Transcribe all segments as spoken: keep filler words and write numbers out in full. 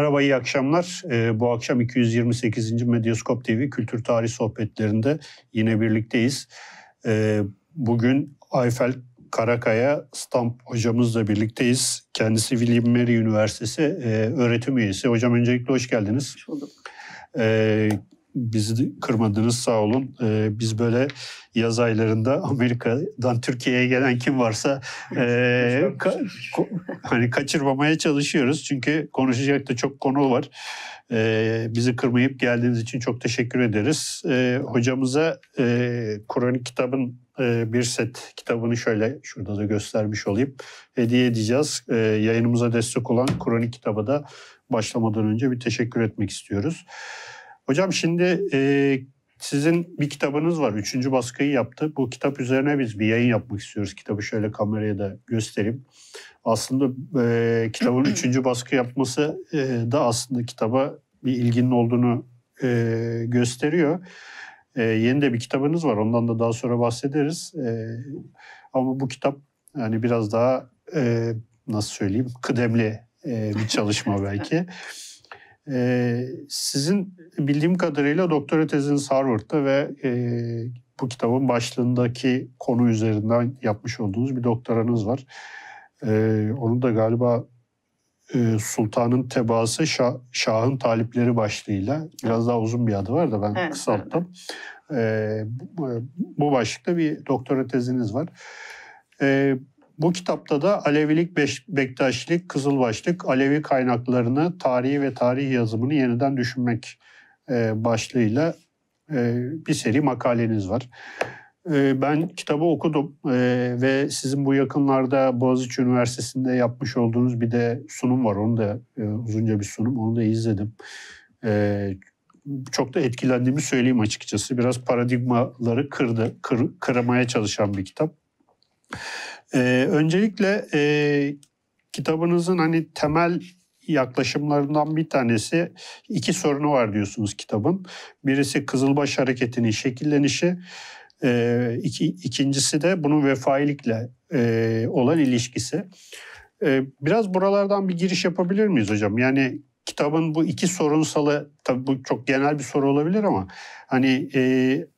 Merhaba, iyi akşamlar. Ee, bu akşam iki yüz yirmi sekizinci Medyaskop T V Kültür Tarih Sohbetlerinde yine birlikteyiz. Ee, bugün Ayfel Karakaya Stamp hocamızla birlikteyiz. Kendisi William Mary Üniversitesi e, öğretim üyesi. Hocam öncelikle hoş geldiniz. Hoş bulduk. Ee, bizi kırmadınız, sağ olun. Ee, biz böyle yaz aylarında Amerika'dan Türkiye'ye gelen kim varsa e, ka- ko- hani kaçırmamaya çalışıyoruz. Çünkü konuşacak da çok konu var. Ee, bizi kırmayıp geldiğiniz için çok teşekkür ederiz. Ee, hocamıza e, Kronik kitabın e, bir set kitabını şöyle şurada da göstermiş olayım. Hediye edeceğiz. Ee, yayınımıza destek olan Kronik kitaba da başlamadan önce bir teşekkür etmek istiyoruz. Hocam şimdi e, sizin bir kitabınız var. Üçüncü baskıyı yaptı. Bu kitap üzerine biz bir yayın yapmak istiyoruz. Kitabı şöyle kameraya da göstereyim. Aslında e, kitabın üçüncü baskı yapması e, da aslında kitaba bir ilginin olduğunu e, gösteriyor. E, yeni de bir kitabınız var. Ondan da daha sonra bahsederiz. E, ama bu kitap yani biraz daha e, nasıl söyleyeyim kıdemli e, bir çalışma belki. Ee, sizin bildiğim kadarıyla doktora teziniz Harvard'da ve e, bu kitabın başlığındaki konu üzerinden yapmış olduğunuz bir doktoranız var. Ee, onu da galiba e, Sultan'ın Tebaası Şah, Şah'ın Talipleri başlığıyla, biraz daha uzun bir adı var da ben evet, kısalttım. Evet. Ee, bu, bu başlıkta bir doktora teziniz var. Evet. Bu kitapta da Alevilik, Bektaşilik, Kızılbaşlık, Alevi kaynaklarını, tarihi ve tarih yazımını yeniden düşünmek e, başlığıyla e, bir seri makaleniz var. E, ben kitabı okudum e, ve sizin bu yakınlarda Boğaziçi Üniversitesi'nde yapmış olduğunuz bir de sunum var. Onu da e, uzunca bir sunum, onu da izledim. E, çok da etkilendiğimi söyleyeyim açıkçası. Biraz paradigmaları kırdı, kır, kırmaya çalışan bir kitap. Ee, öncelikle e, kitabınızın hani temel yaklaşımlarından bir tanesi, iki sorunu var diyorsunuz kitabın. Birisi Kızılbaş Hareketi'nin şekillenişi, e, iki, ikincisi de bunun vefailikle e, olan ilişkisi. E, biraz buralardan bir giriş yapabilir miyiz hocam? Yani kitabın bu iki sorunsalı, tabii bu çok genel bir soru olabilir ama hani e,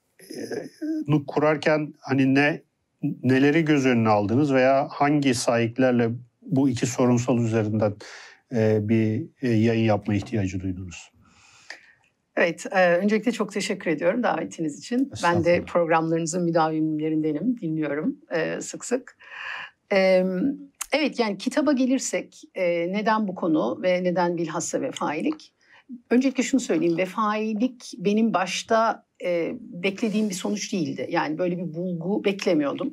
e, kurarken hani ne neleri göz önüne aldınız veya hangi sahiplerle bu iki sorunsal üzerinden e, bir e, yayın yapma ihtiyacı duydunuz? Evet, e, öncelikle çok teşekkür ediyorum davetiniz için. Ben de programlarınızın müdavimlerindenim, dinliyorum e, sık sık. E, evet, yani kitaba gelirsek e, neden bu konu ve neden bilhassa vefailik? Öncelikle şunu söyleyeyim, vefailik benim başta e, beklediğim bir sonuç değildi. Yani böyle bir bulgu beklemiyordum.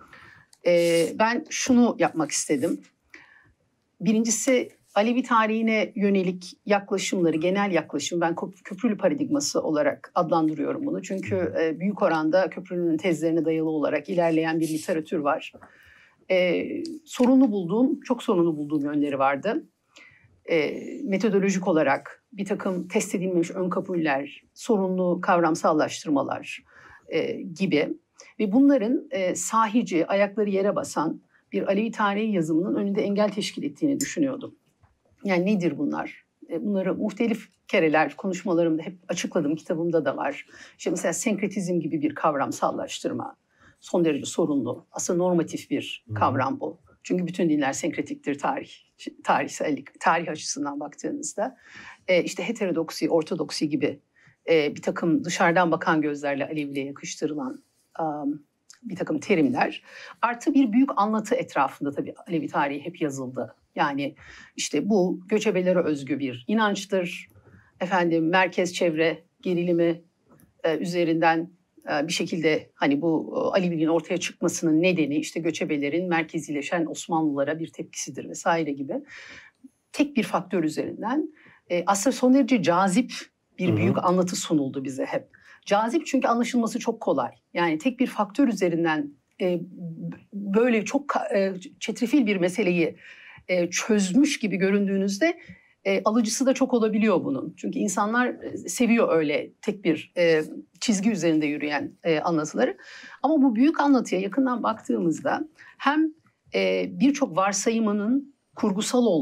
E, ben şunu yapmak istedim. Birincisi Alevi tarihine yönelik yaklaşımları, genel yaklaşım, ben Köprülü paradigması olarak adlandırıyorum bunu. Çünkü e, büyük oranda Köprülü'nün tezlerine dayalı olarak ilerleyen bir literatür var. E, sorunlu bulduğum, çok sorunlu bulduğum yönleri vardı. E, metodolojik olarak bir takım test edilmemiş ön kabuller, sorunlu kavramsallaştırmalar e, gibi ve bunların e, sahici, ayakları yere basan bir Alevi tarihi yazımının önünde engel teşkil ettiğini düşünüyordum. Yani nedir bunlar? E, bunları muhtelif kereler konuşmalarımda hep açıkladım, kitabımda da var. İşte mesela senkretizm gibi bir kavramsallaştırma, son derece sorunlu, aslında normatif bir kavram bu. Çünkü bütün dinler senkretiktir tarih, tarihsellik, tarih açısından baktığınızda. E, işte heterodoksi, ortodoksi gibi e, bir takım dışarıdan bakan gözlerle Aleviliğe yakıştırılan um, bir takım terimler. Artı bir büyük anlatı etrafında tabii Alevi tarihi hep yazıldı. Yani işte bu göçebelere özgü bir inançtır. Efendim merkez çevre gerilimi e, üzerinden bir şekilde hani bu Aleviliğin ortaya çıkmasının nedeni işte göçebelerin merkezileşen Osmanlılara bir tepkisidir vesaire gibi tek bir faktör üzerinden e, aslında son derece cazip bir Hı-hı. büyük anlatı sunuldu bize hep. Cazip çünkü anlaşılması çok kolay. Yani tek bir faktör üzerinden e, böyle çok e, çetrefil bir meseleyi e, çözmüş gibi göründüğünüzde E, alıcısı da çok olabiliyor bunun. Çünkü insanlar seviyor öyle tek bir e, çizgi üzerinde yürüyen e, anlatıları. Ama bu büyük anlatıya yakından baktığımızda hem e, birçok varsayımının kurgusal olduğu,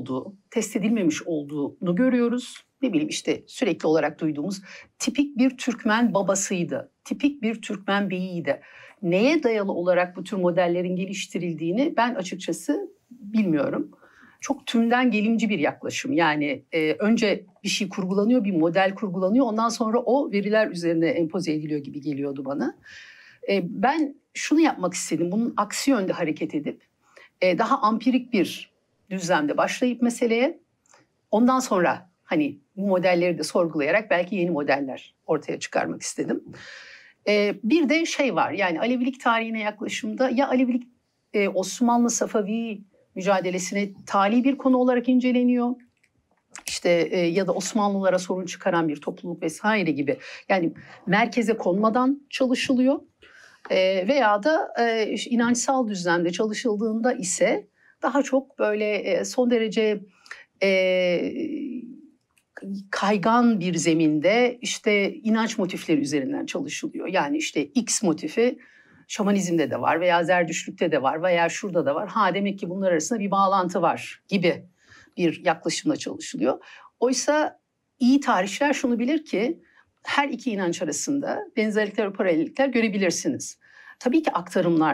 test edilmemiş olduğunu görüyoruz. Ne bileyim işte sürekli olarak duyduğumuz tipik bir Türkmen babasıydı, tipik bir Türkmen beyiydi. Neye dayalı olarak bu tür modellerin geliştirildiğini ben açıkçası bilmiyorum. Çok tümden gelimci bir yaklaşım. Yani e, önce bir şey kurgulanıyor, bir model kurgulanıyor. Ondan sonra o veriler üzerine empoze ediliyor gibi geliyordu bana. E, ben şunu yapmak istedim. Bunun aksi yönde hareket edip e, daha ampirik bir düzlemde başlayıp meseleye ondan sonra hani bu modelleri de sorgulayarak belki yeni modeller ortaya çıkarmak istedim. E, bir de şey var, yani Alevilik tarihine yaklaşımda ya Alevilik e, Osmanlı-Safavi mücadelesine tali bir konu olarak inceleniyor. İşte e, ya da Osmanlılara sorun çıkaran bir topluluk vesaire gibi. Yani merkeze konmadan çalışılıyor. E, veya da e, inançsal düzlemde çalışıldığında ise daha çok böyle e, son derece e, kaygan bir zeminde işte inanç motifleri üzerinden çalışılıyor. Yani işte X motifi Şamanizmde de var veya Zerdüştlük'te de var veya şurada da var. Ha demek ki bunlar arasında bir bağlantı var gibi bir yaklaşımla çalışılıyor. Oysa iyi tarihçiler şunu bilir ki her iki inanç arasında benzerlikler ve paralellikler görebilirsiniz. Tabii ki aktarımlar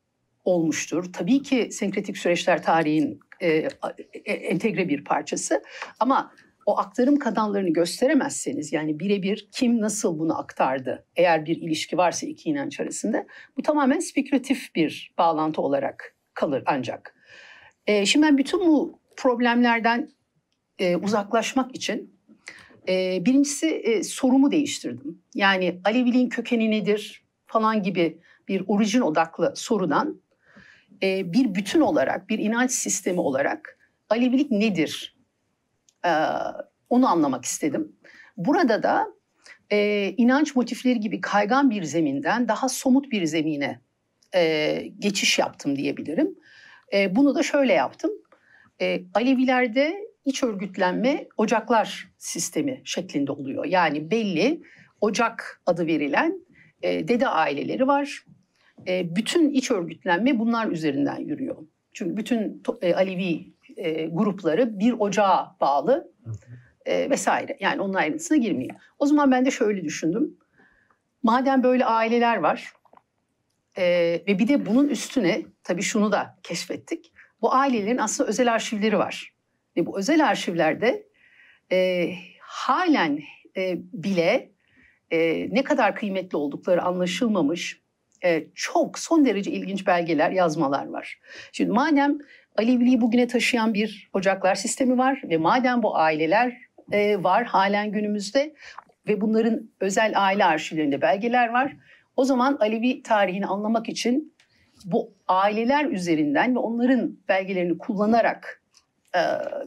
olmuştur. Tabii ki senkretik süreçler tarihin e, e, entegre bir parçası. Ama o aktarım kanallarını gösteremezseniz, yani birebir kim nasıl bunu aktardı, eğer bir ilişki varsa iki inanç arasında, bu tamamen spekülatif bir bağlantı olarak kalır ancak. E, şimdi ben bütün bu problemlerden e, uzaklaşmak için e, birincisi e, sorumu değiştirdim. Yani Aleviliğin kökeni nedir falan gibi bir orijin odaklı sorudan e, bir bütün olarak, bir inanç sistemi olarak Alevilik nedir? Ee, onu anlamak istedim. Burada da e, inanç motifleri gibi kaygan bir zeminden daha somut bir zemine e, geçiş yaptım diyebilirim. E, bunu da şöyle yaptım. E, Alevilerde iç örgütlenme ocaklar sistemi şeklinde oluyor. Yani belli ocak adı verilen e, dede aileleri var. E, bütün iç örgütlenme bunlar üzerinden yürüyor. Çünkü bütün e, Alevi E, grupları bir ocağa bağlı e, vesaire. Yani onun ayrıntısına girmeyeyim. O zaman ben de şöyle düşündüm. Madem böyle aileler var e, ve bir de bunun üstüne tabii şunu da keşfettik. Bu ailelerin aslında özel arşivleri var. Ve bu özel arşivlerde e, halen e, bile e, ne kadar kıymetli oldukları anlaşılmamış e, çok son derece ilginç belgeler, yazmalar var. Şimdi madem Aleviliği bugüne taşıyan bir ocaklar sistemi var ve madem bu aileler e, var halen günümüzde ve bunların özel aile arşivlerinde belgeler var, o zaman Alevi tarihini anlamak için bu aileler üzerinden ve onların belgelerini kullanarak e,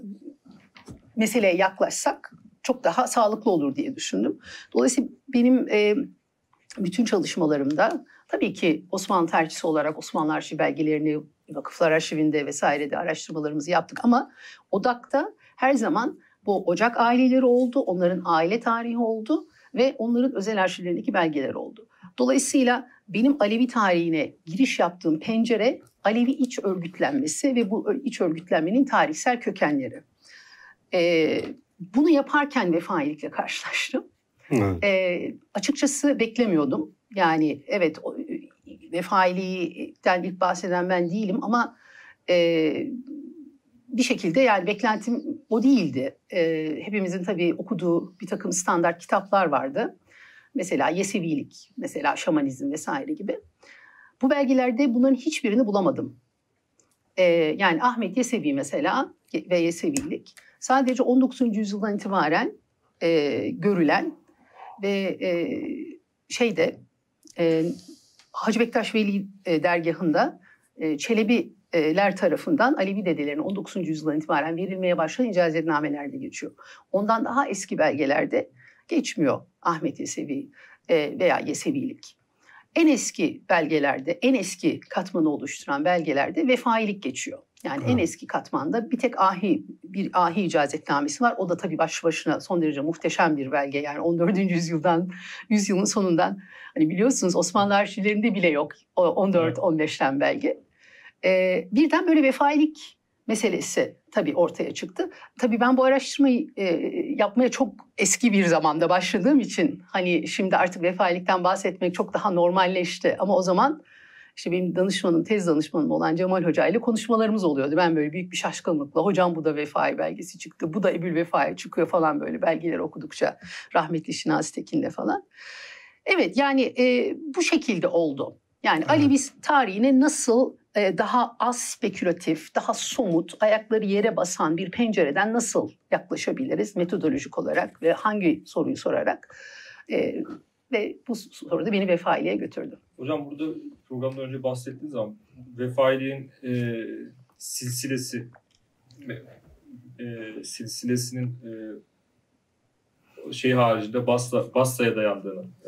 meseleye yaklaşsak çok daha sağlıklı olur diye düşündüm. Dolayısıyla benim e, bütün çalışmalarımda tabii ki Osmanlı tarihçisi olarak Osmanlı arşiv belgelerini, vakıflar arşivinde vesairede araştırmalarımızı yaptık ama odakta her zaman bu ocak aileleri oldu, onların aile tarihi oldu ve onların özel arşivlerindeki belgeler oldu. Dolayısıyla benim Alevi tarihine giriş yaptığım pencere Alevi iç örgütlenmesi ve bu iç örgütlenmenin tarihsel kökenleri. Ee, bunu yaparken vefailikle karşılaştım. Evet. Ee, açıkçası beklemiyordum. Yani evet, vefailiğden ilk bahseden ben değilim ama e, bir şekilde yani beklentim o değildi. E, hepimizin tabii okuduğu bir takım standart kitaplar vardı. Mesela Yesevilik, mesela Şamanizm vesaire gibi. Bu belgelerde bunların hiçbirini bulamadım. E, yani Ahmet Yesevi mesela ve Yesevilik sadece on dokuzuncu yüzyıldan itibaren e, görülen ve e, şeyde e, Hacı Bektaş Veli e, dergahında e, Çelebiler tarafından Alevi dedelerin on dokuzuncu yüzyıldan itibaren verilmeye başlayan icazetnamelerde geçiyor. Ondan daha eski belgelerde geçmiyor Ahmet Yesevi e, veya Yesevilik. En eski belgelerde, en eski katmanı oluşturan belgelerde vefailik geçiyor. Yani Hı. en eski katmanda bir tek ahi, bir ahi icazetnamesi var. O da tabii başlı başına son derece muhteşem bir belge. Yani on dördüncü yüzyıldan, yüzyılın sonundan, hani biliyorsunuz Osmanlı arşivlerinde bile yok on dört on beşten belge. Ee, birden böyle vefailik meselesi tabii ortaya çıktı. Tabii ben bu araştırmayı e, yapmaya çok eski bir zamanda başladığım için hani şimdi artık vefailikten bahsetmek çok daha normalleşti. Ama o zaman işte benim danışmanım, tez danışmanım olan Cemal Hoca ile konuşmalarımız oluyordu. Ben böyle büyük bir şaşkınlıkla hocam bu da vefai belgesi çıktı, bu da Ebül Vefai çıkıyor falan böyle belgeleri okudukça rahmetli Şinasi Tekin'le falan. Evet yani e, bu şekilde oldu. Yani evet. Alevi tarihine nasıl e, daha az spekülatif, daha somut, ayakları yere basan bir pencereden nasıl yaklaşabiliriz metodolojik olarak ve hangi soruyu sorarak? E, ve bu soru da beni vefailiğe götürdü. Hocam burada programdan önce bahsettiğiniz zaman vefailiğin e, silsilesi e, silsilesinin e, şey haricinde Basra, Basra'ya dayandığını e,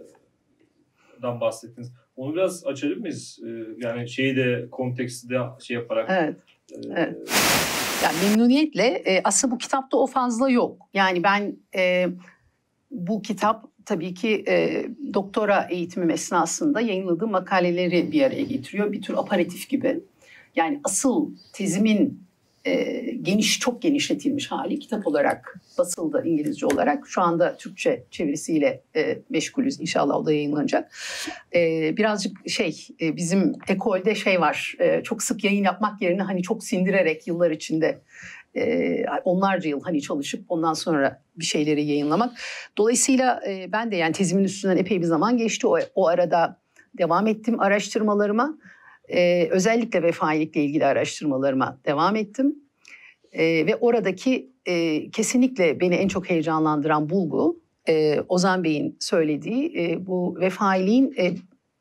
dan bahsettiniz. Onu biraz açabilir miyiz? E, yani şeyi de konteksti de şey yaparak. Evet. E, evet. Yani memnuniyetle e, aslında bu kitapta o fazla yok. Yani ben e, bu kitap tabii ki e, doktora eğitimim esnasında yayınladığım makaleleri bir araya getiriyor. Bir tür aparatif gibi. Yani asıl tezimin e, geniş, çok genişletilmiş hali kitap olarak basıldı İngilizce olarak. Şu anda Türkçe çevirisiyle e, meşgulüz. İnşallah o da yayınlanacak. E, birazcık şey e, bizim ekolde şey var. E, çok sık yayın yapmak yerine hani çok sindirerek yıllar içinde Ee, onlarca yıl hani çalışıp ondan sonra bir şeyleri yayınlamak. Dolayısıyla e, ben de yani tezimin üstünden epey bir zaman geçti. O, o arada devam ettim araştırmalarıma. Ee, özellikle vefailikle ilgili araştırmalarıma devam ettim. Ee, ve oradaki e, kesinlikle beni en çok heyecanlandıran bulgu e, Ozan Bey'in söylediği e, bu vefailiğin e,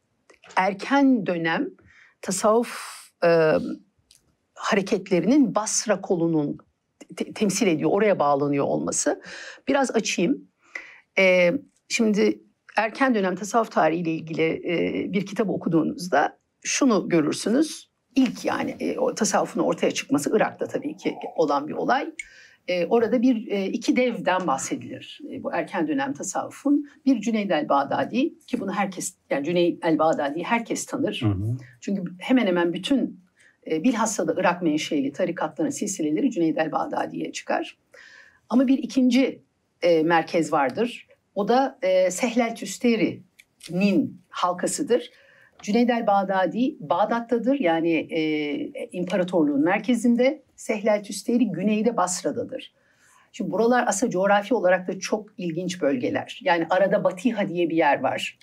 erken dönem tasavvuf e, hareketlerinin Basra kolunun te- temsil ediyor, oraya bağlanıyor olması. Biraz açayım. Ee, şimdi erken dönem tasavvuf tarihiyle ilgili e, bir kitabı okuduğunuzda şunu görürsünüz. İlk yani e, o tasavvufun ortaya çıkması Irak'ta tabii ki olan bir olay. E, orada bir e, iki devden bahsedilir. E, bu erken dönem tasavvufun bir Cüneyd el-Bağdadi ki bunu herkes yani Cüneyd el-Bağdadi'yi herkes tanır. Hı hı. Çünkü hemen hemen bütün E, bilhassa da Irak menşeli tarikatların silsileleri Cüneyd el-Bağdadi'ye çıkar. Ama bir ikinci e, merkez vardır. O da e, Sehlel Tüsteri'nin halkasıdır. Cüneyd el-Bağdadi Bağdat'tadır. Yani e, imparatorluğun merkezinde. Sehlel Tüsteri güneyde Basra'dadır. Şimdi buralar aslında coğrafi olarak da çok ilginç bölgeler. Yani arada Batiha diye bir yer var.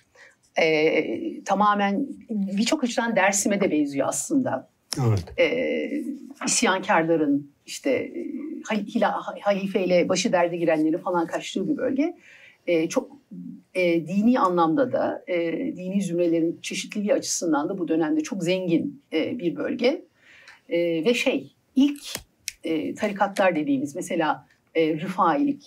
E, tamamen birçok açıdan Dersim'e de benziyor aslında. Evet. Ee, isyankarların işte halifeyle başı derde girenlerin falan kaçtığı bir bölge. Ee, çok e, dini anlamda da e, dini zümrelerin çeşitliliği açısından da bu dönemde çok zengin e, bir bölge. E, ve şey ilk e, tarikatlar dediğimiz mesela e, Rıfailik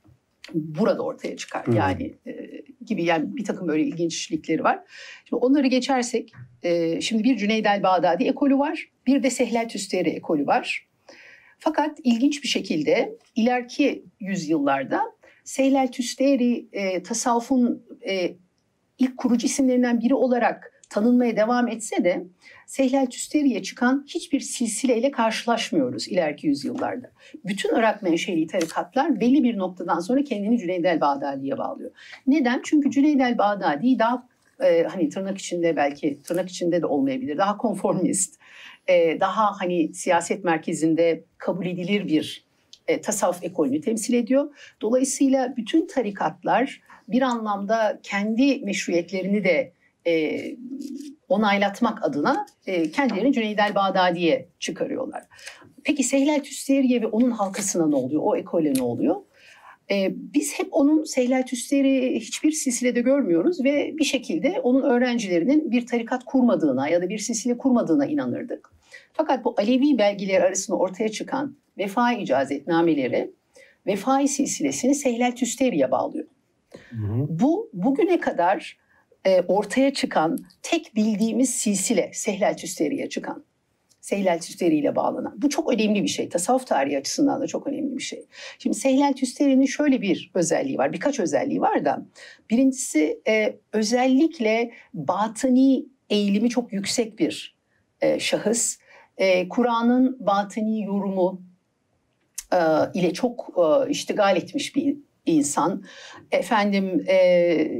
burada ortaya çıkar. Hmm. Yani e, gibi yani bir takım böyle ilginçlikleri var. Şimdi onları geçersek e, şimdi bir Cüneyd el-Bağdadi ekolü var. Bir de Sehlel Tüsteri ekolü var. Fakat ilginç bir şekilde ileriki yüzyıllarda Sehlel Tüsteri e, tasavvufun e, ilk kurucu isimlerinden biri olarak tanınmaya devam etse de Sehlel Tüsteri'ye çıkan hiçbir silsileyle karşılaşmıyoruz ileriki yüzyıllarda. Bütün Irak menşeli tarikatlar belli bir noktadan sonra kendini Cüneyd el-Bağdadi'ye bağlıyor. Neden? Çünkü Cüneyd el-Bağdadi daha e, hani tırnak içinde belki tırnak içinde de olmayabilir. Daha konformist, e, daha hani siyaset merkezinde kabul edilir bir e, tasavvuf ekolünü temsil ediyor. Dolayısıyla bütün tarikatlar bir anlamda kendi meşruiyetlerini de e, onaylatmak adına e, kendilerini Cüneyd el-Bağdadi'ye çıkarıyorlar. Peki Sehlel Tüsteri'ye ve onun halkasına ne oluyor? O ekole ne oluyor? E, biz hep onun Sehlel Tüsteri hiçbir silsilede görmüyoruz ve bir şekilde onun öğrencilerinin bir tarikat kurmadığına ya da bir silsile kurmadığına inanırdık. Fakat bu Alevi belgeleri arasında ortaya çıkan vefai icazetnameleri vefai silsilesini Sehlel Tüsteri'ye bağlıyor. Hı hı. Bu bugüne kadar e, ortaya çıkan tek bildiğimiz silsile Sehlel Tüsteri'ye çıkan. Sehlel Tüsteri ile bağlanan. Bu çok önemli bir şey. Tasavvuf tarihi açısından da çok önemli bir şey. Şimdi Sehlel Tüsteri'nin şöyle bir özelliği var. Birkaç özelliği var da. Birincisi e, özellikle batıni eğilimi çok yüksek bir e, şahıs. e, Kur'an'ın batıni yorumu e, ile çok e, iştigal etmiş bir insan. Efendim e,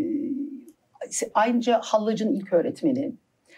ayrıca Hallac'ın ilk öğretmeni.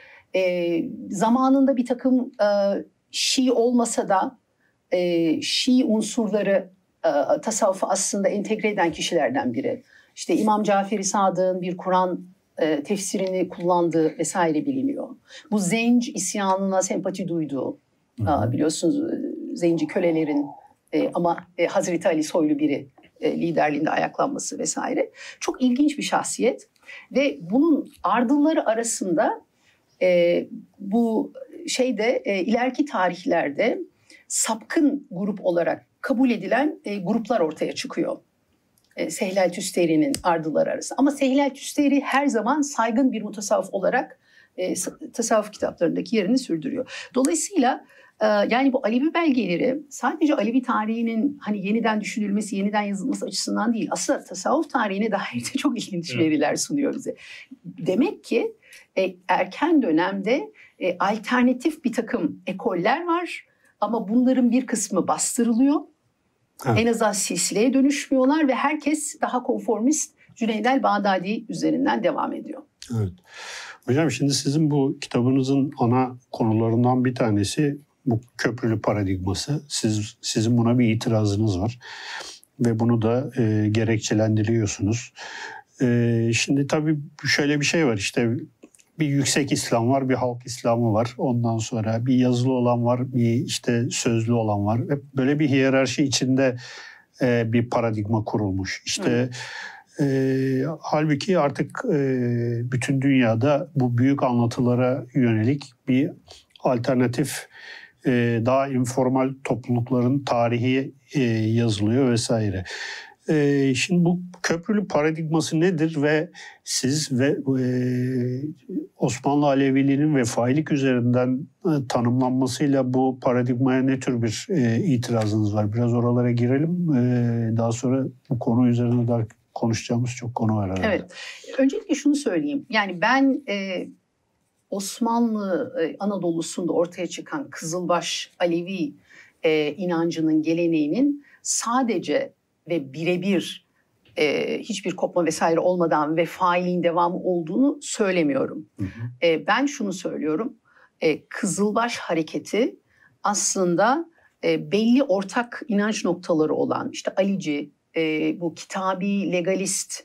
E, zamanında bir takım e, Şii olmasa da e, Şii unsurları e, tasavvufu aslında entegre eden kişilerden biri. İşte İmam Cafer-i Sadık'ın bir Kur'an e, tefsirini kullandığı vesaire biliniyor. Bu Zenc isyanına sempati duyduğu, e, biliyorsunuz Zenci kölelerin e, ama e, Hazreti Ali soylu biri e, liderliğinde ayaklanması vesaire. Çok ilginç bir şahsiyet ve bunun ardılları arasında e, bu şeyde e, ileriki tarihlerde sapkın grup olarak kabul edilen e, gruplar ortaya çıkıyor. E, Sehlel Tüsteri'nin ardıları arasında. Ama Sehlel Tüsteri her zaman saygın bir mutasavvıf olarak e, tasavvuf kitaplarındaki yerini sürdürüyor. Dolayısıyla e, yani bu Alevi belgeleri sadece Alevi tarihinin hani yeniden düşünülmesi, yeniden yazılması açısından değil. Aslında tasavvuf tarihine dair de çok ilginç veriler sunuyor bize. Demek ki e, erken dönemde e, alternatif bir takım ekoller var. Ama bunların bir kısmı bastırılıyor. Evet. En azından silsileye dönüşmüyorlar ve herkes daha konformist Cüneyd el-Bağdadi üzerinden devam ediyor. Evet. Hocam şimdi sizin bu kitabınızın ana konularından bir tanesi bu köprülü paradigması. Siz, sizin buna bir itirazınız var ve bunu da e, gerekçelendiriyorsunuz. E, şimdi tabii şöyle bir şey var, işte bir yüksek İslam var, bir halk İslamı var. Ondan sonra bir yazılı olan var, bir işte sözlü olan var. Hep böyle bir hiyerarşi içinde e, bir paradigma kurulmuş. İşte e, halbuki artık e, bütün dünyada bu büyük anlatılara yönelik bir alternatif, e, daha informal toplulukların tarihi e, yazılıyor vesaire. Ee, şimdi bu köprülü paradigması nedir ve siz ve e, Osmanlı Aleviliğinin vefailik üzerinden e, tanımlanmasıyla bu paradigmaya ne tür bir e, itirazınız var? Biraz oralara girelim. E, daha sonra bu konu üzerine daha konuşacağımız çok konu var herhalde. Evet. Öncelikle şunu söyleyeyim. Yani ben e, Osmanlı e, Anadolu'sunda ortaya çıkan Kızılbaş Alevi e, inancının, geleneğinin sadece ve birebir e, hiçbir kopma vesaire olmadan ve failin devamı olduğunu söylemiyorum. Hı hı. E, ben şunu söylüyorum. E, Kızılbaş hareketi aslında e, belli ortak inanç noktaları olan, işte Alici, e, bu kitabi, legalist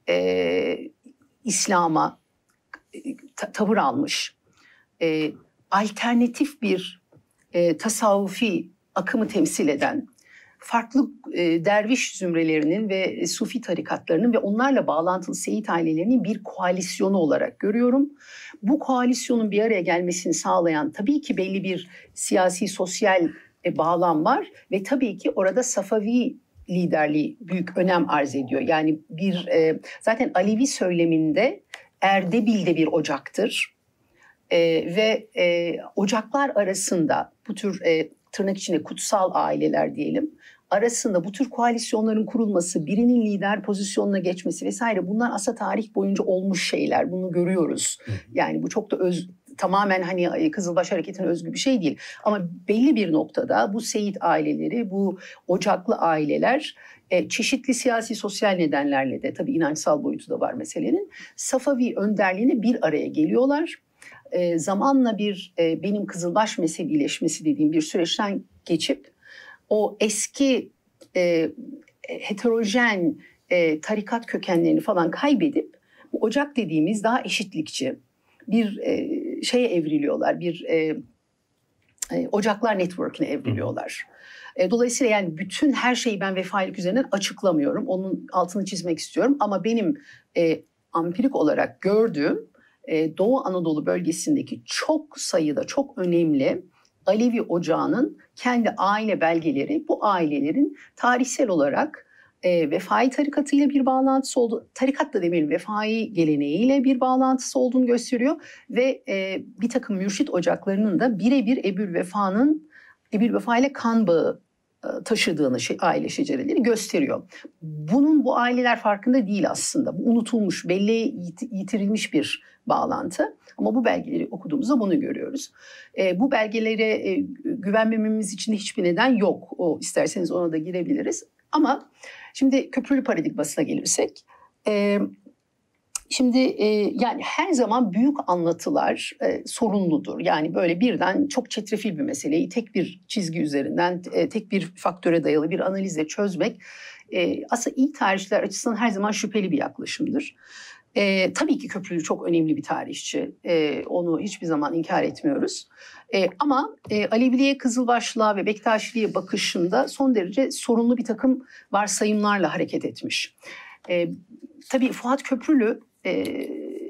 e, İslam'a e, ta- tavır almış. E, alternatif bir e, tasavvufi akımı temsil eden, farklı e, derviş zümrelerinin ve sufi tarikatlarının ve onlarla bağlantılı seyit ailelerinin bir koalisyonu olarak görüyorum. Bu koalisyonun bir araya gelmesini sağlayan tabii ki belli bir siyasi, sosyal e, bağlam var ve tabii ki orada Safavi liderliği büyük önem arz ediyor. Yani bir e, zaten Alevi söyleminde Erdebil de bir ocaktır e, ve e, ocaklar arasında bu tür e, tırnak içinde kutsal aileler diyelim, arasında bu tür koalisyonların kurulması, birinin lider pozisyonuna geçmesi vesaire, bunlar aslında tarih boyunca olmuş şeyler. Bunu görüyoruz. Yani bu çok da öz, tamamen hani Kızılbaş Hareketi'ne özgü bir şey değil. Ama belli bir noktada bu seyit aileleri, bu ocaklı aileler e, çeşitli siyasi sosyal nedenlerle de, tabii inançsal boyutu da var meselenin, Safavi önderliğine bir araya geliyorlar. E, zamanla bir e, benim Kızılbaş mezhebileşmesi dediğim bir süreçten geçip o eski e, heterojen e, tarikat kökenlerini falan kaybedip bu ocak dediğimiz daha eşitlikçi bir e, şeye evriliyorlar. Bir e, e, ocaklar network'ine evriliyorlar. E, dolayısıyla yani bütün her şeyi ben vefailik üzerinden açıklamıyorum. Onun altını çizmek istiyorum. Ama benim e, ampirik olarak gördüğüm e, Doğu Anadolu bölgesindeki çok sayıda, çok önemli Alevi ocağının kendi aile belgeleri, bu ailelerin tarihsel olarak e, vefai tarikatıyla bir bağlantısı oldu. Tarikat da demeyelim, vefai geleneğiyle bir bağlantısı olduğunu gösteriyor. Ve e, bir takım mürşit ocaklarının da birebir Ebül Vefa'nın, Ebül Vefa ile kan bağı taşıdığını şey, aile şecereleri gösteriyor. Bunun bu aileler farkında değil aslında. Bu unutulmuş, belleğe yitirilmiş bir bağlantı. Ama bu belgeleri okuduğumuzda bunu görüyoruz. E, bu belgelere e, güvenmememiz için hiçbir neden yok. O isterseniz ona da girebiliriz. Ama şimdi köprülü paradigmasına gelirsek... E, Şimdi e, yani her zaman büyük anlatılar e, sorunludur. Yani böyle birden çok çetrefil bir meseleyi tek bir çizgi üzerinden, e, tek bir faktöre dayalı bir analizle çözmek e, aslında iyi tarihçiler açısından her zaman şüpheli bir yaklaşımdır. E, tabii ki Köprülü çok önemli bir tarihçi. E, onu hiçbir zaman inkar etmiyoruz. E, ama e, Aleviliğe, Kızılbaşlığa ve Bektaşiliğe bakışında son derece sorunlu bir takım varsayımlarla hareket etmiş. E, tabii Fuat Köprülü Ee,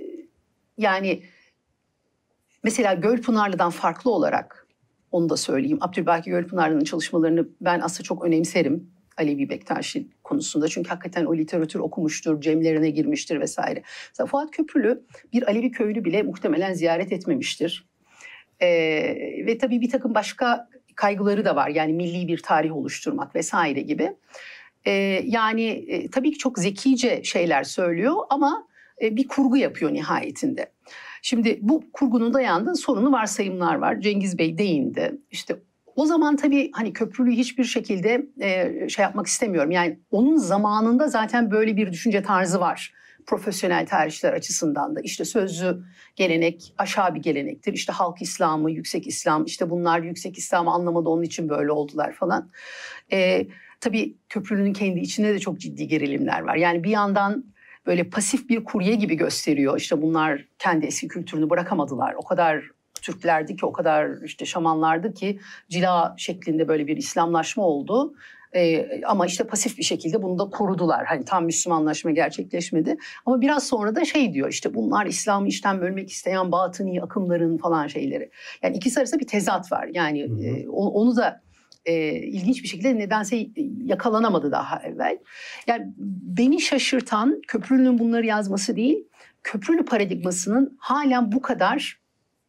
yani mesela Gölpınarlı'dan farklı olarak onu da söyleyeyim. Abdülbaki Gölpınarlı'nın çalışmalarını ben aslında çok önemserim Alevi Bektaşi konusunda. Çünkü hakikaten o literatür okumuştur, cemlerine girmiştir vesaire. Mesela Fuat Köprülü bir Alevi köyünü bile muhtemelen ziyaret etmemiştir. Ee, ve tabii bir takım başka kaygıları da var. Yani milli bir tarih oluşturmak vesaire gibi. Ee, yani e, tabii ki çok zekice şeyler söylüyor ama bir kurgu yapıyor nihayetinde. Şimdi bu kurgunun dayandığı sorunlu varsayımlar var. Cengiz Bey değindi. İşte o zaman tabii hani Köprülü'yü hiçbir şekilde e, şey yapmak istemiyorum. Yani onun zamanında zaten böyle bir düşünce tarzı var. Profesyonel tarihçiler açısından da. İşte sözlü gelenek aşağı bir gelenektir. İşte halk İslamı, yüksek İslam, işte bunlar yüksek İslam'ı anlamadı onun için böyle oldular falan. E, tabii Köprülü'nün kendi içinde de çok ciddi gerilimler var. Yani bir yandan böyle pasif bir kurye gibi gösteriyor. İşte bunlar kendi eski kültürünü bırakamadılar. O kadar Türklerdi ki, o kadar işte şamanlardı ki cila şeklinde böyle bir İslamlaşma oldu. Ee, ama işte pasif bir şekilde bunu da korudular. Hani tam Müslümanlaşma gerçekleşmedi. Ama biraz sonra da şey diyor, işte bunlar İslam'ı işten bölmek isteyen batıni akımların falan şeyleri. Yani ikisi arasında bir tezat var. Yani e, onu da E, ilginç bir şekilde nedense yakalanamadı daha evvel. Yani beni şaşırtan Köprülü'nün bunları yazması değil, Köprülü paradigmasının halen bu kadar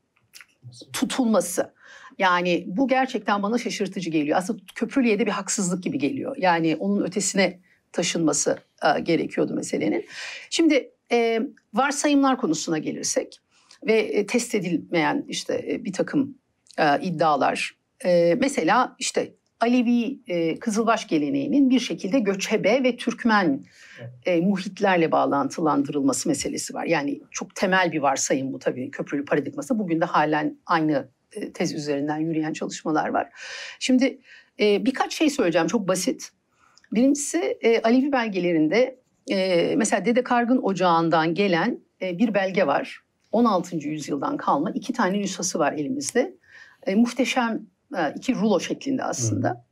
tutulması. Yani bu gerçekten bana şaşırtıcı geliyor. Aslında Köprülü'ye de bir haksızlık gibi geliyor. Yani onun ötesine taşınması e, gerekiyordu meselenin. Şimdi e, varsayımlar konusuna gelirsek ve e, test edilmeyen işte e, bir takım e, iddialar. Ee, mesela işte Alevi e, Kızılbaş geleneğinin bir şekilde göçebe ve Türkmen e, muhitlerle bağlantılandırılması meselesi var. Yani çok temel bir varsayım bu tabii Köprülü paradigması. Bugün de halen aynı e, tez üzerinden yürüyen çalışmalar var. Şimdi e, birkaç şey söyleyeceğim, çok basit. Birincisi e, Alevi belgelerinde e, mesela Dede Kargın Ocağı'ndan gelen e, bir belge var. on altıncı yüzyıldan kalma iki tane nüshası var elimizde. E, muhteşem iki rulo şeklinde aslında.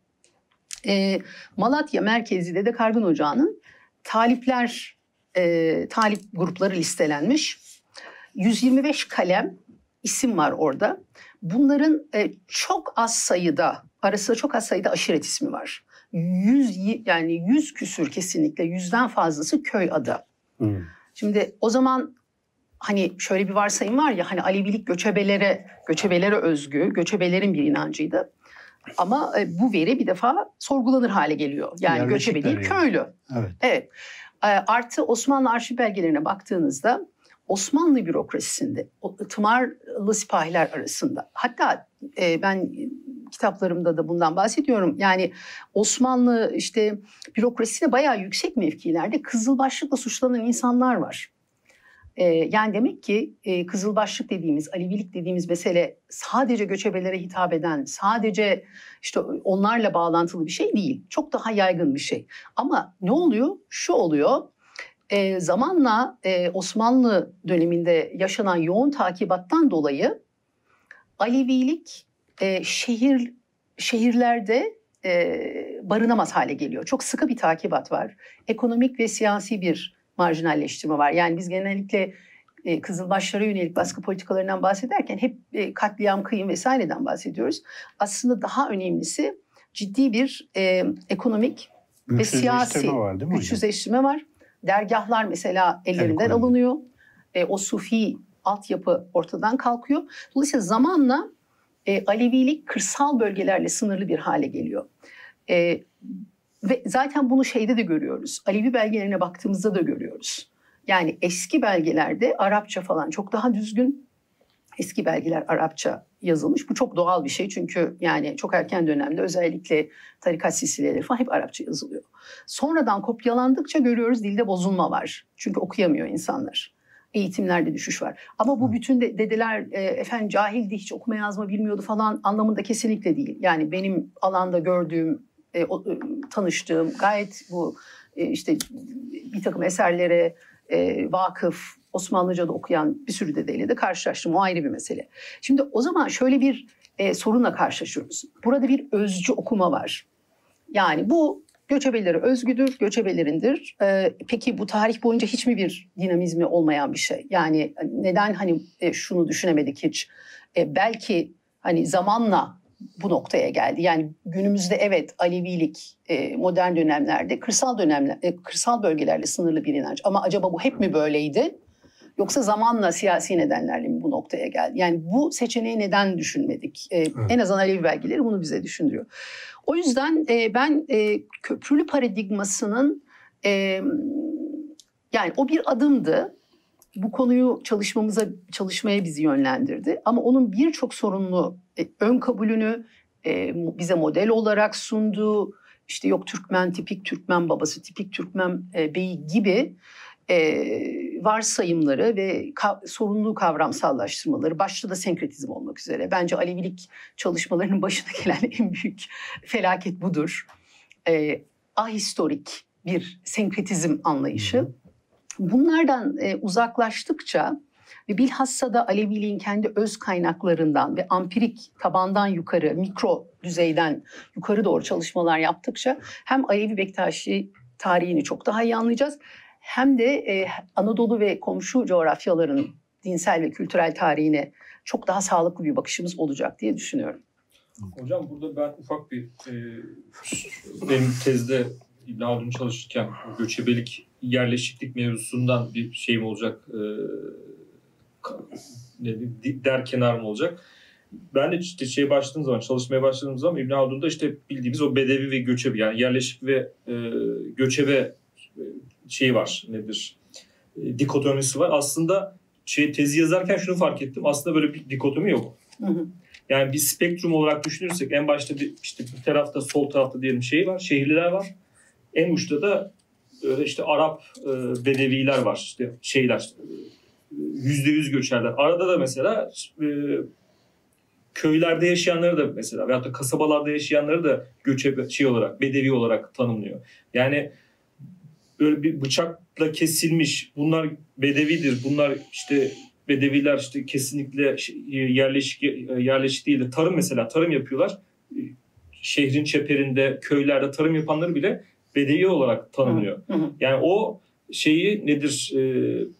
E, Malatya merkezli Dede Kargın Ocağı'nın talipler, e, talip grupları listelenmiş. yüz yirmi beş kalem isim var orada. Bunların e, çok az sayıda, arasında çok az sayıda aşiret ismi var. Yüz, yani yüz küsür kesinlikle, yüzden fazlası köy adı. Hmm. Şimdi o zaman hani şöyle bir varsayım var ya, hani Alevilik göçebelere, göçebelere özgü, göçebelerin bir inancıydı. Ama e, bu veri bir defa sorgulanır hale geliyor. Yani göçebe değil, köylü. Evet. Evet. E, artı Osmanlı arşiv belgelerine baktığınızda Osmanlı bürokrasisinde o tımarlı sipahiler arasında, hatta e, ben kitaplarımda da bundan bahsediyorum. Yani Osmanlı işte bürokrasisinde bayağı yüksek mevkilerde kızılbaşlıkla suçlanan insanlar var. Yani demek ki Kızılbaşlık dediğimiz, Alevilik dediğimiz mesele sadece göçebelere hitap eden, sadece işte onlarla bağlantılı bir şey değil. Çok daha yaygın bir şey. Ama ne oluyor? Şu oluyor. E, zamanla e, Osmanlı döneminde yaşanan yoğun takibattan dolayı Alevilik e, şehir şehirlerde e, barınamaz hale geliyor. Çok sıkı bir takibat var. Ekonomik ve siyasi bir marjinalleştirme var. Yani biz genellikle e, Kızılbaşlara yönelik baskı politikalarından bahsederken hep e, katliam, kıyım vesaireden bahsediyoruz. Aslında daha önemlisi ciddi bir e, ekonomik ve siyasi var, değil mi güçsüzleştirme hocam? Var. Dergahlar mesela ellerinden evet, alınıyor. E, o sufi altyapı ortadan kalkıyor. Dolayısıyla zamanla e, Alevilik kırsal bölgelerle sınırlı bir hale geliyor. E, ve zaten bunu şeyde de görüyoruz. Alevi belgelerine baktığımızda da görüyoruz. Yani eski belgelerde Arapça falan çok daha düzgün. Eski belgeler Arapça yazılmış. Bu çok doğal bir şey çünkü yani çok erken dönemde özellikle tarikat silsileleri falan hep Arapça yazılıyor. Sonradan kopyalandıkça görüyoruz dilde bozulma var. Çünkü okuyamıyor insanlar. Eğitimlerde düşüş var. Ama bu bütün de, dedeler e, efendim cahildi, hiç okuma yazma bilmiyordu falan anlamında kesinlikle değil. Yani benim alanda gördüğüm, e, o, e, tanıştığım gayet bu e, işte bir takım eserlere e, vakıf, Osmanlıca'da okuyan bir sürü dedeyle de karşılaştım. O ayrı bir mesele. Şimdi o zaman şöyle bir e, sorunla karşılaşıyoruz. Burada bir özcü okuma var. Yani bu göçebelere özgüdür, göçebelerindir. Ee, peki bu tarih boyunca hiç mi bir dinamizmi olmayan bir şey? Yani neden hani e, şunu düşünemedik hiç? E, belki hani zamanla bu noktaya geldi. Yani günümüzde evet Alevilik e, modern dönemlerde kırsal dönemler, e, kırsal bölgelerle sınırlı bir inanç. Ama acaba bu hep mi böyleydi? Yoksa zamanla siyasi nedenlerle mi bu noktaya geldi? Yani bu seçeneği neden düşünmedik? Ee, evet. En azından Alevi belgeleri bunu bize düşündürüyor. O yüzden e, ben e, köprülü paradigmasının e, yani o bir adımdı. Bu konuyu çalışmamıza çalışmaya bizi yönlendirdi. Ama onun birçok sorunlu e, ön kabulünü e, bize model olarak sundu. İşte yok Türkmen, tipik Türkmen babası, tipik Türkmen e, beyi gibi e, varsayımları ve ka- sorunlu kavramsallaştırmaları, başta da senkretizm olmak üzere. Bence Alevilik çalışmalarının başına gelen en büyük felaket budur. E, ahistorik bir senkretizm anlayışı. Bunlardan e, uzaklaştıkça ve bilhassa da Aleviliğin kendi öz kaynaklarından ve ampirik tabandan yukarı, mikro düzeyden yukarı doğru çalışmalar yaptıkça hem Alevi Bektaşi tarihini çok daha iyi anlayacağız, hem de e, Anadolu ve komşu coğrafyaların dinsel ve kültürel tarihine çok daha sağlıklı bir bakışımız olacak diye düşünüyorum. Hocam burada ben ufak bir e, benim tezde İbn Haldun çalışırken göçebelik, yerleşiklik mevzusundan bir şeyim olacak, e, ne, der kenarım olacak. Ben de işte şey başladığım zaman, çalışmaya başladığım zaman İbn Haldun'da işte bildiğimiz o bedevi ve göçebe, yani yerleşik ve e, göçebe şeyi var, nedir? E, dikotomisi var. Aslında şey, tezi yazarken şunu fark ettim. Aslında böyle bir dikotomi yok. Hı hı. Yani bir spektrum olarak düşünürsek en başta bir, işte bir tarafta, sol tarafta diyelim şey var, şehirliler var. En uçta da öyle işte Arap e, bedeviler var, işte şeyler, yüzde yüz göçerler. Arada da mesela e, köylerde yaşayanları da mesela veyahut da kasabalarda yaşayanları da göçebe şey olarak, bedevi olarak tanımlıyor. Yani böyle bir bıçakla kesilmiş, bunlar bedevidir, bunlar işte bedeviler işte kesinlikle yerleşik yerleşik değildir. Tarım mesela, tarım yapıyorlar. Şehrin çeperinde, köylerde tarım yapanları bile bedevi olarak tanımlıyor. Hı hı. Yani o şeyi nedir? E,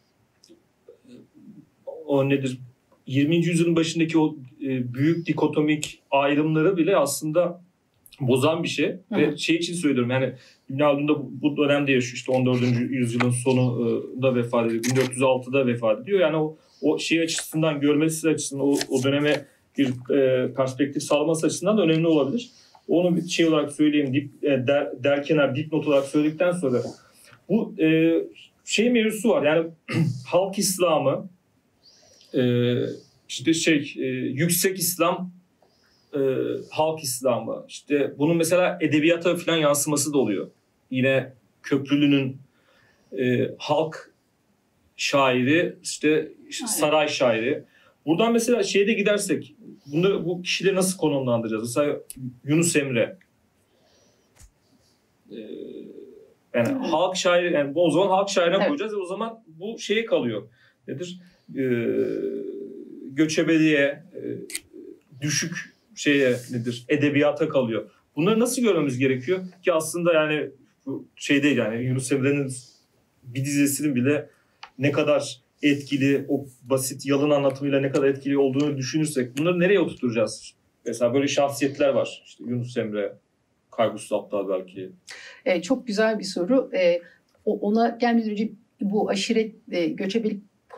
o nedir? yirminci yüzyılın başındaki o e, büyük dikotomik ayrımları bile aslında bozan bir şey. Hı. Ve şey için söylüyorum, yani İbn Haldun da bu dönemde yaşıyor. İşte on dördüncü yüzyılın sonunda vefat ediyor. bin dört yüz altıda vefat ediyor. Yani o, o şey açısından, görmesi açısından, o, o döneme bir e, perspektif sağlaması açısından da önemli olabilir. Onu bir şey olarak söyleyeyim, dip, e, der, derkenar dipnot olarak söyledikten sonra bu e, şey mevzusu var. Yani halk İslamı, e, işte şey e, yüksek İslam, e, halk İslamı, işte bunun mesela edebiyata falan yansıması da oluyor. Yine Köprülü'nün e, halk şairi, işte, işte saray şairi. Buradan mesela şeyde gidersek, bunu, bu kişileri nasıl konumlandıracağız? Mesela Yunus Emre. Ee, yani evet. halk şairi, yani o zaman halk şairine evet. koyacağız ve o zaman bu şeye kalıyor. Nedir? Ee, göçebeliğe, e, düşük şeye nedir? Edebiyata kalıyor. Bunları nasıl görmemiz gerekiyor? Ki aslında yani bu şey değil, yani Yunus Emre'nin bir dizesinin bile ne kadar etkili, o basit yalın anlatımıyla ne kadar etkili olduğunu düşünürsek bunları nereye oturtacağız? Mesela böyle şahsiyetler var. İşte Yunus Emre, Kaygusuz Aptal belki. E, çok güzel bir soru. E, ona gelmeden önce bu aşiret ve göçebelik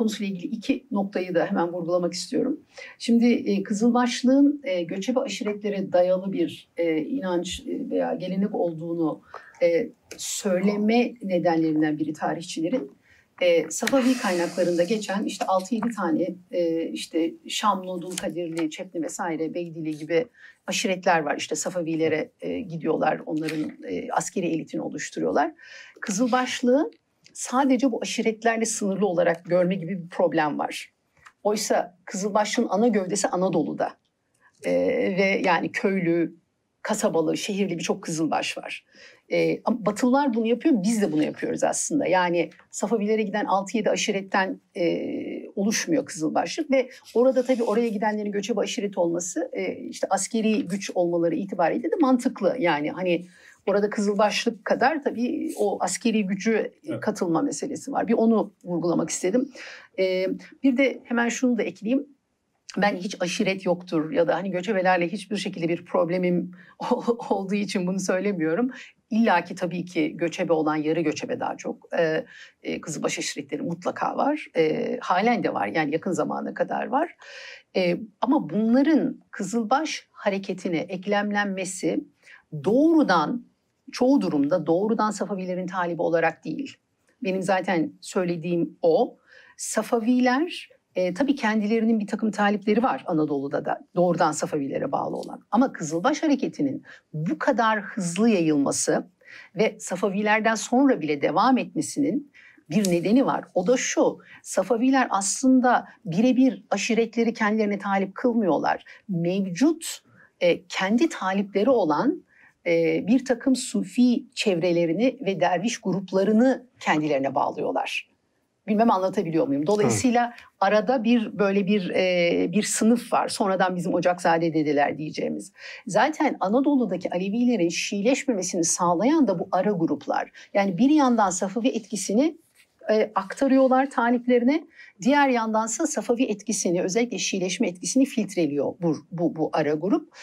konusuyla ilgili iki noktayı da hemen vurgulamak istiyorum. Şimdi e, Kızılbaşlığın e, göçebe aşiretlere dayalı bir e, inanç veya gelenek olduğunu e, söyleme nedenlerinden biri tarihçilerin e, Safavi kaynaklarında geçen işte altı yedi tane e, işte Şamlı, Dulkadirli, Çepni vesaire, Beydili gibi aşiretler var. İşte Safavilere e, gidiyorlar, onların e, askeri elitini oluşturuyorlar. Kızılbaşlığı sadece bu aşiretlerle sınırlı olarak görme gibi bir problem var. Oysa Kızılbaşlığın ana gövdesi Anadolu'da ee, ve yani köylü, kasabalı, şehirli birçok Kızılbaş var. Ee, Batılılar bunu yapıyor, biz de bunu yapıyoruz aslında. Yani Safavilere giden altı yedi aşiretten e, oluşmuyor Kızılbaşlık ve orada tabii oraya gidenlerin göçebe aşiret olması e, işte askeri güç olmaları itibariyle de mantıklı. Yani hani orada Kızılbaşlık kadar tabii o askeri gücü evet. katılma meselesi var. Bir onu vurgulamak istedim. Ee, bir de hemen şunu da ekleyeyim. Ben hiç aşiret yoktur ya da hani göçebelerle hiçbir şekilde bir problemim olduğu için bunu söylemiyorum. İlla ki tabii ki göçebe olan yarı göçebe daha çok. Ee, e, Kızılbaş aşiretleri mutlaka var. Ee, halen de var, yani yakın zamana kadar var. Ee, ama bunların Kızılbaş hareketine eklemlenmesi doğrudan, çoğu durumda doğrudan Safavilerin talibi olarak değil. Benim zaten söylediğim o. Safaviler e, tabii kendilerinin bir takım talipleri var Anadolu'da da doğrudan Safavilere bağlı olan. Ama Kızılbaş hareketinin bu kadar hızlı yayılması ve Safavilerden sonra bile devam etmesinin bir nedeni var. O da şu: Safaviler aslında birebir aşiretleri kendilerine talip kılmıyorlar. Mevcut e, kendi talipleri olan e, bir takım sufi çevrelerini ve derviş gruplarını kendilerine bağlıyorlar. Bilmem anlatabiliyor muyum? Dolayısıyla Hı. arada bir böyle bir e, bir sınıf var. Sonradan bizim Ocakzade dedeler diyeceğimiz. Zaten Anadolu'daki Alevilerin Şiileşmemesini sağlayan da bu ara gruplar. Yani bir yandan Safavi etkisini e, aktarıyorlar taliplerine. Diğer yandansa Safavi etkisini, özellikle Şiileşme etkisini filtreliyor bu bu, bu ara grup.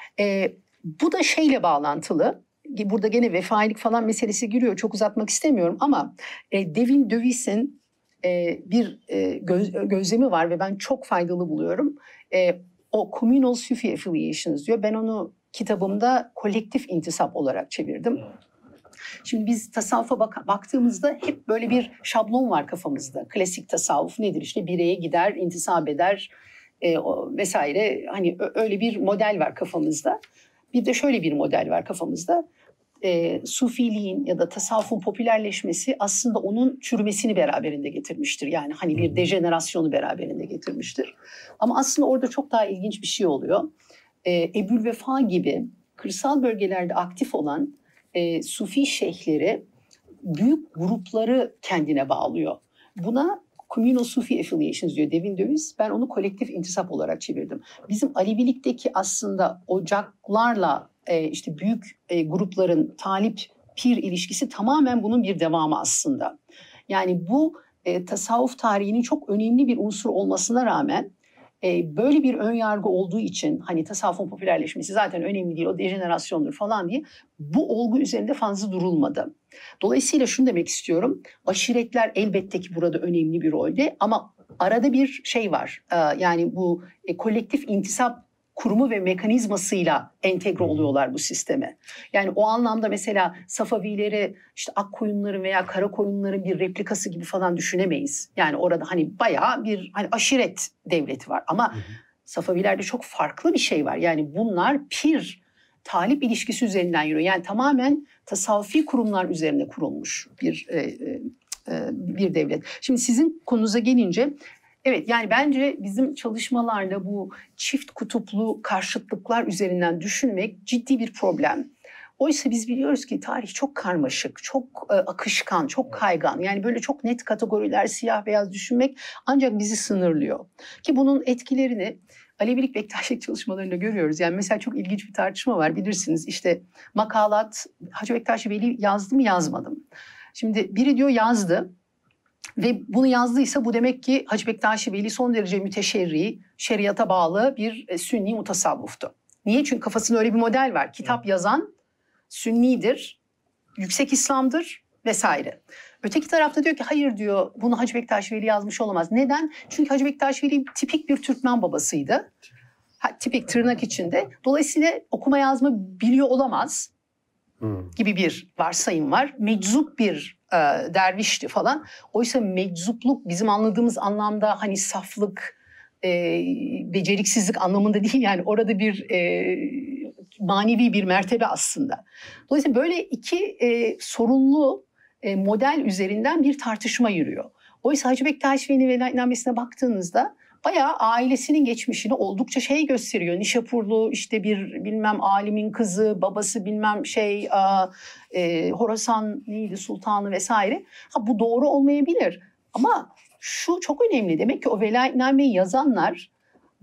E, bu da şeyle bağlantılı. Burada gene vefailik falan meselesi giriyor. Çok uzatmak istemiyorum ama e, Devin Dövis'in e, bir e, göz, gözlemi var ve ben çok faydalı buluyorum. E, o Communal Sufi Affiliations diyor. Ben onu kitabımda kolektif intisap olarak çevirdim. Şimdi biz tasavvufa bak- baktığımızda hep böyle bir şablon var kafamızda. Klasik tasavvuf nedir? İşte bireye gider, intisap eder e, o, vesaire. Hani öyle bir model var kafamızda. Bir de şöyle bir model var kafamızda. E, Sufiliğin ya da tasavvufun popülerleşmesi aslında onun çürümesini beraberinde getirmiştir. Yani hani bir dejenerasyonu beraberinde getirmiştir. Ama aslında orada çok daha ilginç bir şey oluyor. E, Ebu'l-Vefa gibi kırsal bölgelerde aktif olan e, Sufi şeyhleri büyük grupları kendine bağlıyor. Buna Communal Sufi Affiliations diyor Devin Döviz. Ben onu kolektif intisap olarak çevirdim. Bizim Alevilikteki aslında ocaklarla e, işte büyük e, grupların talip pir ilişkisi tamamen bunun bir devamı aslında. Yani bu e, tasavvuf tarihinin çok önemli bir unsur olmasına rağmen e, böyle bir ön yargı olduğu için hani tasavvufun popülerleşmesi zaten önemli değil, o dejenerasyondur falan diye bu olgu üzerinde fazla durulmadı. Dolayısıyla şunu demek istiyorum. Aşiretler elbette ki burada önemli bir rolde ama arada bir şey var. Ee, yani bu e, kolektif intisap kurumu ve mekanizmasıyla entegre oluyorlar bu sisteme. Yani o anlamda mesela Safavileri işte Akkoyunların veya Karakoyunların bir replikası gibi falan düşünemeyiz. Yani orada hani bayağı bir hani aşiret devleti var ama hı hı. Safavilerde çok farklı bir şey var. Yani bunlar pir talip ilişkisi üzerinden yürüyor. Yani tamamen tasavvufi kurumlar üzerine kurulmuş bir e, e, bir devlet. Şimdi sizin konunuza gelince, evet yani bence bizim çalışmalarla bu çift kutuplu karşıtlıklar üzerinden düşünmek ciddi bir problem. Oysa biz biliyoruz ki tarih çok karmaşık, çok e, akışkan, çok kaygan. Yani böyle çok net kategoriler, siyah beyaz düşünmek ancak bizi sınırlıyor. Ki bunun etkilerini Alevilik Bektaşilik çalışmalarında görüyoruz. Yani mesela çok ilginç bir tartışma var, bilirsiniz. İşte makalat, Hacı Bektaş Veli yazdı mı yazmadı mı? Şimdi biri diyor yazdı ve bunu yazdıysa bu demek ki Hacı Bektaş Veli son derece müteşerri, şeriata bağlı bir e, sünni mutasavvuftu. Niye? Çünkü kafasında öyle bir model var. Kitap yazan sünnidir, yüksek İslam'dır vesaire. Öteki tarafta diyor ki hayır diyor, bunu Hacı Bektaş Veli yazmış olamaz. Neden? Çünkü Hacı Bektaş Veli tipik bir Türkmen babasıydı. Ha, tipik tırnak içinde. Dolayısıyla okuma yazma biliyor olamaz hmm. gibi bir varsayım var. Meczup bir e, dervişti falan. Oysa meczupluk bizim anladığımız anlamda hani saflık, e, beceriksizlik anlamında değil. Yani orada bir e, manevi bir mertebe aslında. Dolayısıyla böyle iki e, sorunlu e, model üzerinden bir tartışma yürüyor. Oysa Hacı Bektaş Veli velayetnamesine baktığınızda bayağı ailesinin geçmişini oldukça şey gösteriyor. Nişapurlu işte bir bilmem alimin kızı, babası bilmem şey e, Horasan neydi sultanı vesaire. Ha, bu doğru olmayabilir ama şu çok önemli. Demek ki o velayetnameyi yazanlar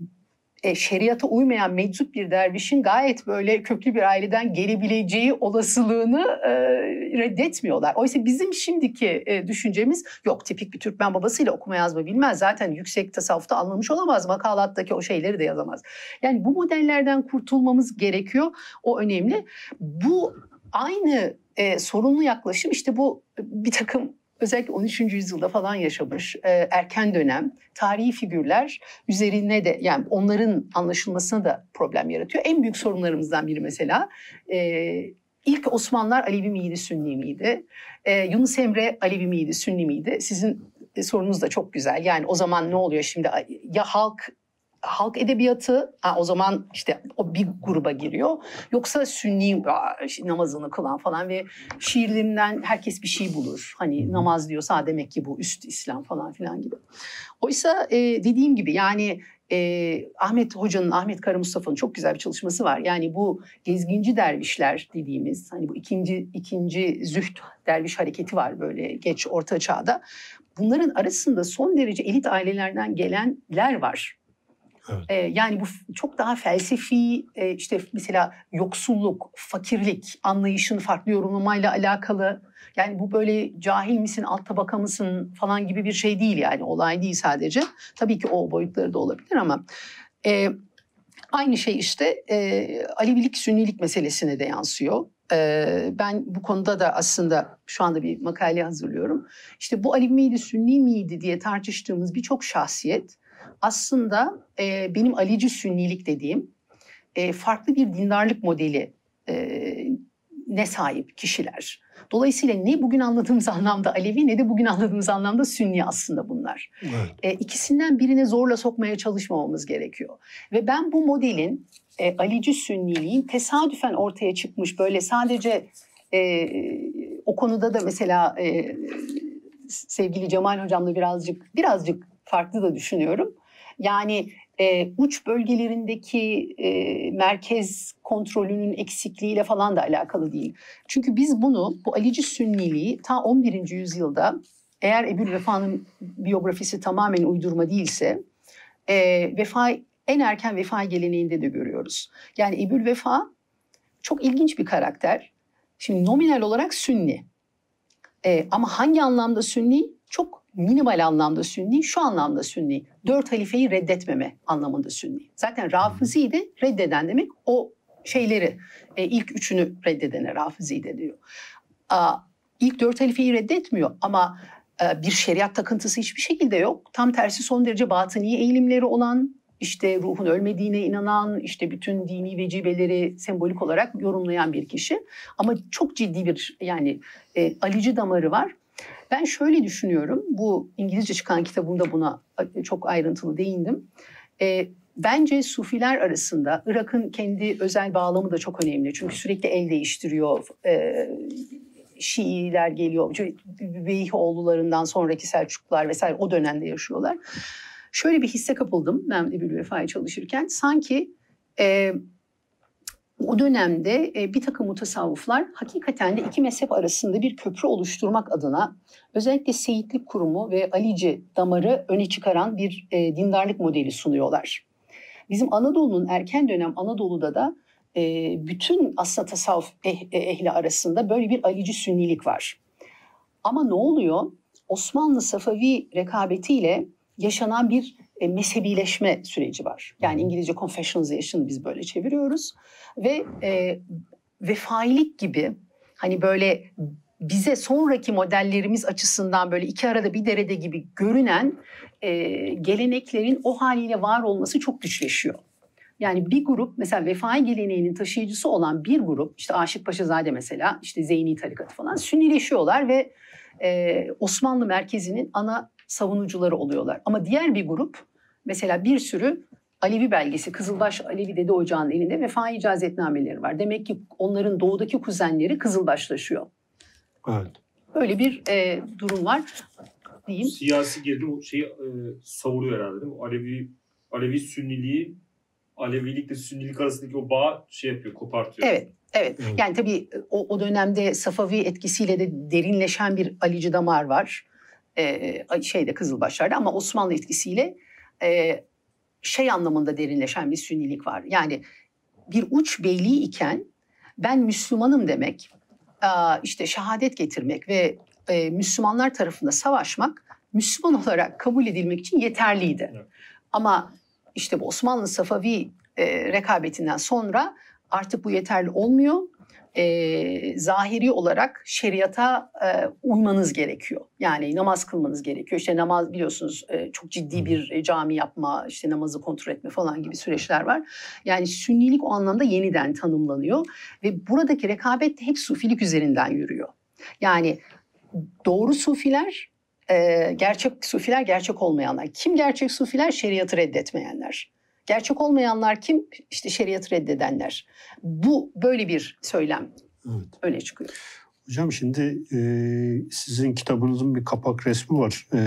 e, şeriata uymayan meczup bir dervişin gayet böyle köklü bir aileden gelebileceği olasılığını e, reddetmiyorlar. Oysa bizim şimdiki e, düşüncemiz yok, tipik bir Türkmen babasıyla okuma yazma bilmez. Zaten yüksek tasavvufta anlamış olamaz. Makalattaki o şeyleri de yazamaz. Yani bu modellerden kurtulmamız gerekiyor. O önemli. Bu aynı e, sorunlu yaklaşım işte bu bir takım özellikle on üçüncü yüzyılda falan yaşamış e, erken dönem tarihi figürler üzerine de yani onların anlaşılmasına da problem yaratıyor. En büyük sorunlarımızdan biri mesela e, ilk Osmanlılar Alevi miydi, Sünni miydi? E, Yunus Emre Alevi miydi, Sünni miydi? Sizin e, sorunuz da çok güzel. Yani o zaman ne oluyor şimdi? Ya halk halk edebiyatı ha, o zaman işte o bir gruba giriyor. Yoksa Sünni namazını kılan falan ve şiirlerinden herkes bir şey bulur. Hani namaz diyorsa demek ki bu üst İslam falan filan gibi. Oysa e, dediğim gibi yani e, Ahmet Hoca'nın, Ahmet Kara Mustafa'nın çok güzel bir çalışması var. Yani bu gezginci dervişler dediğimiz hani bu ikinci ikinci züht derviş hareketi var böyle geç orta çağda. Bunların arasında son derece elit ailelerden gelenler var. Evet. Ee, yani bu çok daha felsefi e, işte mesela yoksulluk, fakirlik anlayışını farklı yorumlamayla alakalı. Yani bu böyle cahil misin, alt tabaka mısın falan gibi bir şey değil yani olay değil sadece. Tabii ki o boyutları da olabilir ama e, aynı şey işte e, Alevilik, Sünnilik meselesine de yansıyor. E, ben bu konuda da aslında şu anda bir makale hazırlıyorum. İşte bu Alevi miydi, Sünni miydi diye tartıştığımız birçok şahsiyet aslında e, benim Alici Sünnilik dediğim e, farklı bir dindarlık modeli e, ne sahip kişiler. Dolayısıyla ne bugün anladığımız anlamda Alevi ne de bugün anladığımız anlamda Sünni aslında bunlar. Evet. E, ikisinden birine zorla sokmaya çalışmamamız gerekiyor. Ve ben bu modelin e, Alici Sünniliğin tesadüfen ortaya çıkmış böyle sadece e, o konuda da mesela e, sevgili Cemal Hocam'la birazcık birazcık farklı da düşünüyorum. Yani e, uç bölgelerindeki e, merkez kontrolünün eksikliğiyle falan da alakalı değil. Çünkü biz bunu, bu Alici Sünniliği ta on birinci yüzyılda eğer Ebu'l-Vefa'nın biyografisi tamamen uydurma değilse e, Vefa, en erken Vefa geleneğinde de görüyoruz. Yani Ebu'l-Vefa çok ilginç bir karakter. Şimdi nominal olarak Sünni. E, ama hangi anlamda Sünni? Çok minimal anlamda Sünni, şu anlamda Sünni. Dört halifeyi reddetmeme anlamında Sünni. Zaten Rafizi de reddeden demek o şeyleri, e, ilk üçünü reddedene Rafizi de diyor. Aa, ilk dört halifeyi reddetmiyor ama e, bir şeriat takıntısı hiçbir şekilde yok. Tam tersi son derece batıni eğilimleri olan, işte ruhun ölmediğine inanan, işte bütün dini vecibeleri sembolik olarak yorumlayan bir kişi. Ama çok ciddi bir yani e, Alici damarı var. Ben şöyle düşünüyorum, bu İngilizce çıkan kitabımda buna çok ayrıntılı değindim. E, bence Sufiler arasında Irak'ın kendi özel bağlamı da çok önemli. Çünkü sürekli el değiştiriyor, e, Şiiler geliyor, Beyhoğullarından sonraki Selçuklular vesaire o dönemde yaşıyorlar. Şöyle bir hisse kapıldım ben Ebu'l-Vefa'ya çalışırken. Sanki e, o dönemde e, bir takım mutasavvıflar hakikaten de iki mezhep arasında bir köprü oluşturmak adına özellikle Seyitlik kurumu ve Alici damarı öne çıkaran bir e, dindarlık modeli sunuyorlar. Bizim Anadolu'nun erken dönem Anadolu'da da e, bütün aslında tasavvuf eh, ehli arasında böyle bir Alici Sünnilik var. Ama ne oluyor? Osmanlı Safavi rekabetiyle yaşanan bir e, mezhebileşme süreci var. Yani İngilizce confessionalization'ı biz böyle çeviriyoruz. Ve e, vefailik gibi hani böyle bize sonraki modellerimiz açısından böyle iki arada bir derede gibi görünen e, geleneklerin o haliyle var olması çok güçleşiyor. Yani bir grup, mesela Vefai geleneğinin taşıyıcısı olan bir grup, işte Aşık Paşazade mesela, işte Zeyni tarikatı falan sünnileşiyorlar ve e, Osmanlı merkezinin ana savunucuları oluyorlar. Ama diğer bir grup, mesela bir sürü Alevi belgesi, Kızılbaş Alevi Dede Ocağı'nın elinde vefai icazetnameleri var. Demek ki onların doğudaki kuzenleri Kızılbaşlaşıyor. Evet. Böyle bir e, durum var diyeyim. Siyasi gerilim o şeyi e, savuruyor herhalde değil mi? Alevi, Alevi Sünniliği, Alevilikle Sünnilik arasındaki o bağı şey yapıyor, kopartıyor. Evet. Evet. Evet. Yani tabii o, o dönemde Safavi etkisiyle de derinleşen bir Alici damar var. Ee, şeyde Kızılbaşlar'da, ama Osmanlı etkisiyle e, şey anlamında derinleşen bir Sünnilik var. Yani bir uç beyliği iken ben Müslümanım demek, işte şehadet getirmek ve e, Müslümanlar tarafında savaşmak Müslüman olarak kabul edilmek için yeterliydi. Evet. Ama işte bu Osmanlı Safavi e, rekabetinden sonra artık bu yeterli olmuyor. E, zahiri olarak şeriata e, uymanız gerekiyor. Yani namaz kılmanız gerekiyor. İşte namaz biliyorsunuz e, çok ciddi bir e, cami yapma, işte namazı kontrol etme falan gibi süreçler var. Yani Sünnilik o anlamda yeniden tanımlanıyor ve buradaki rekabet de hep Sufilik üzerinden yürüyor. Yani doğru Sufiler, e, gerçek Sufiler, gerçek olmayanlar. Kim gerçek Sufiler? Şeriatı reddetmeyenler. Gerçek olmayanlar kim? İşte şeriatı reddedenler. Bu böyle bir söylem evet. öne çıkıyor. Hocam şimdi e, sizin kitabınızın bir kapak resmi var. E,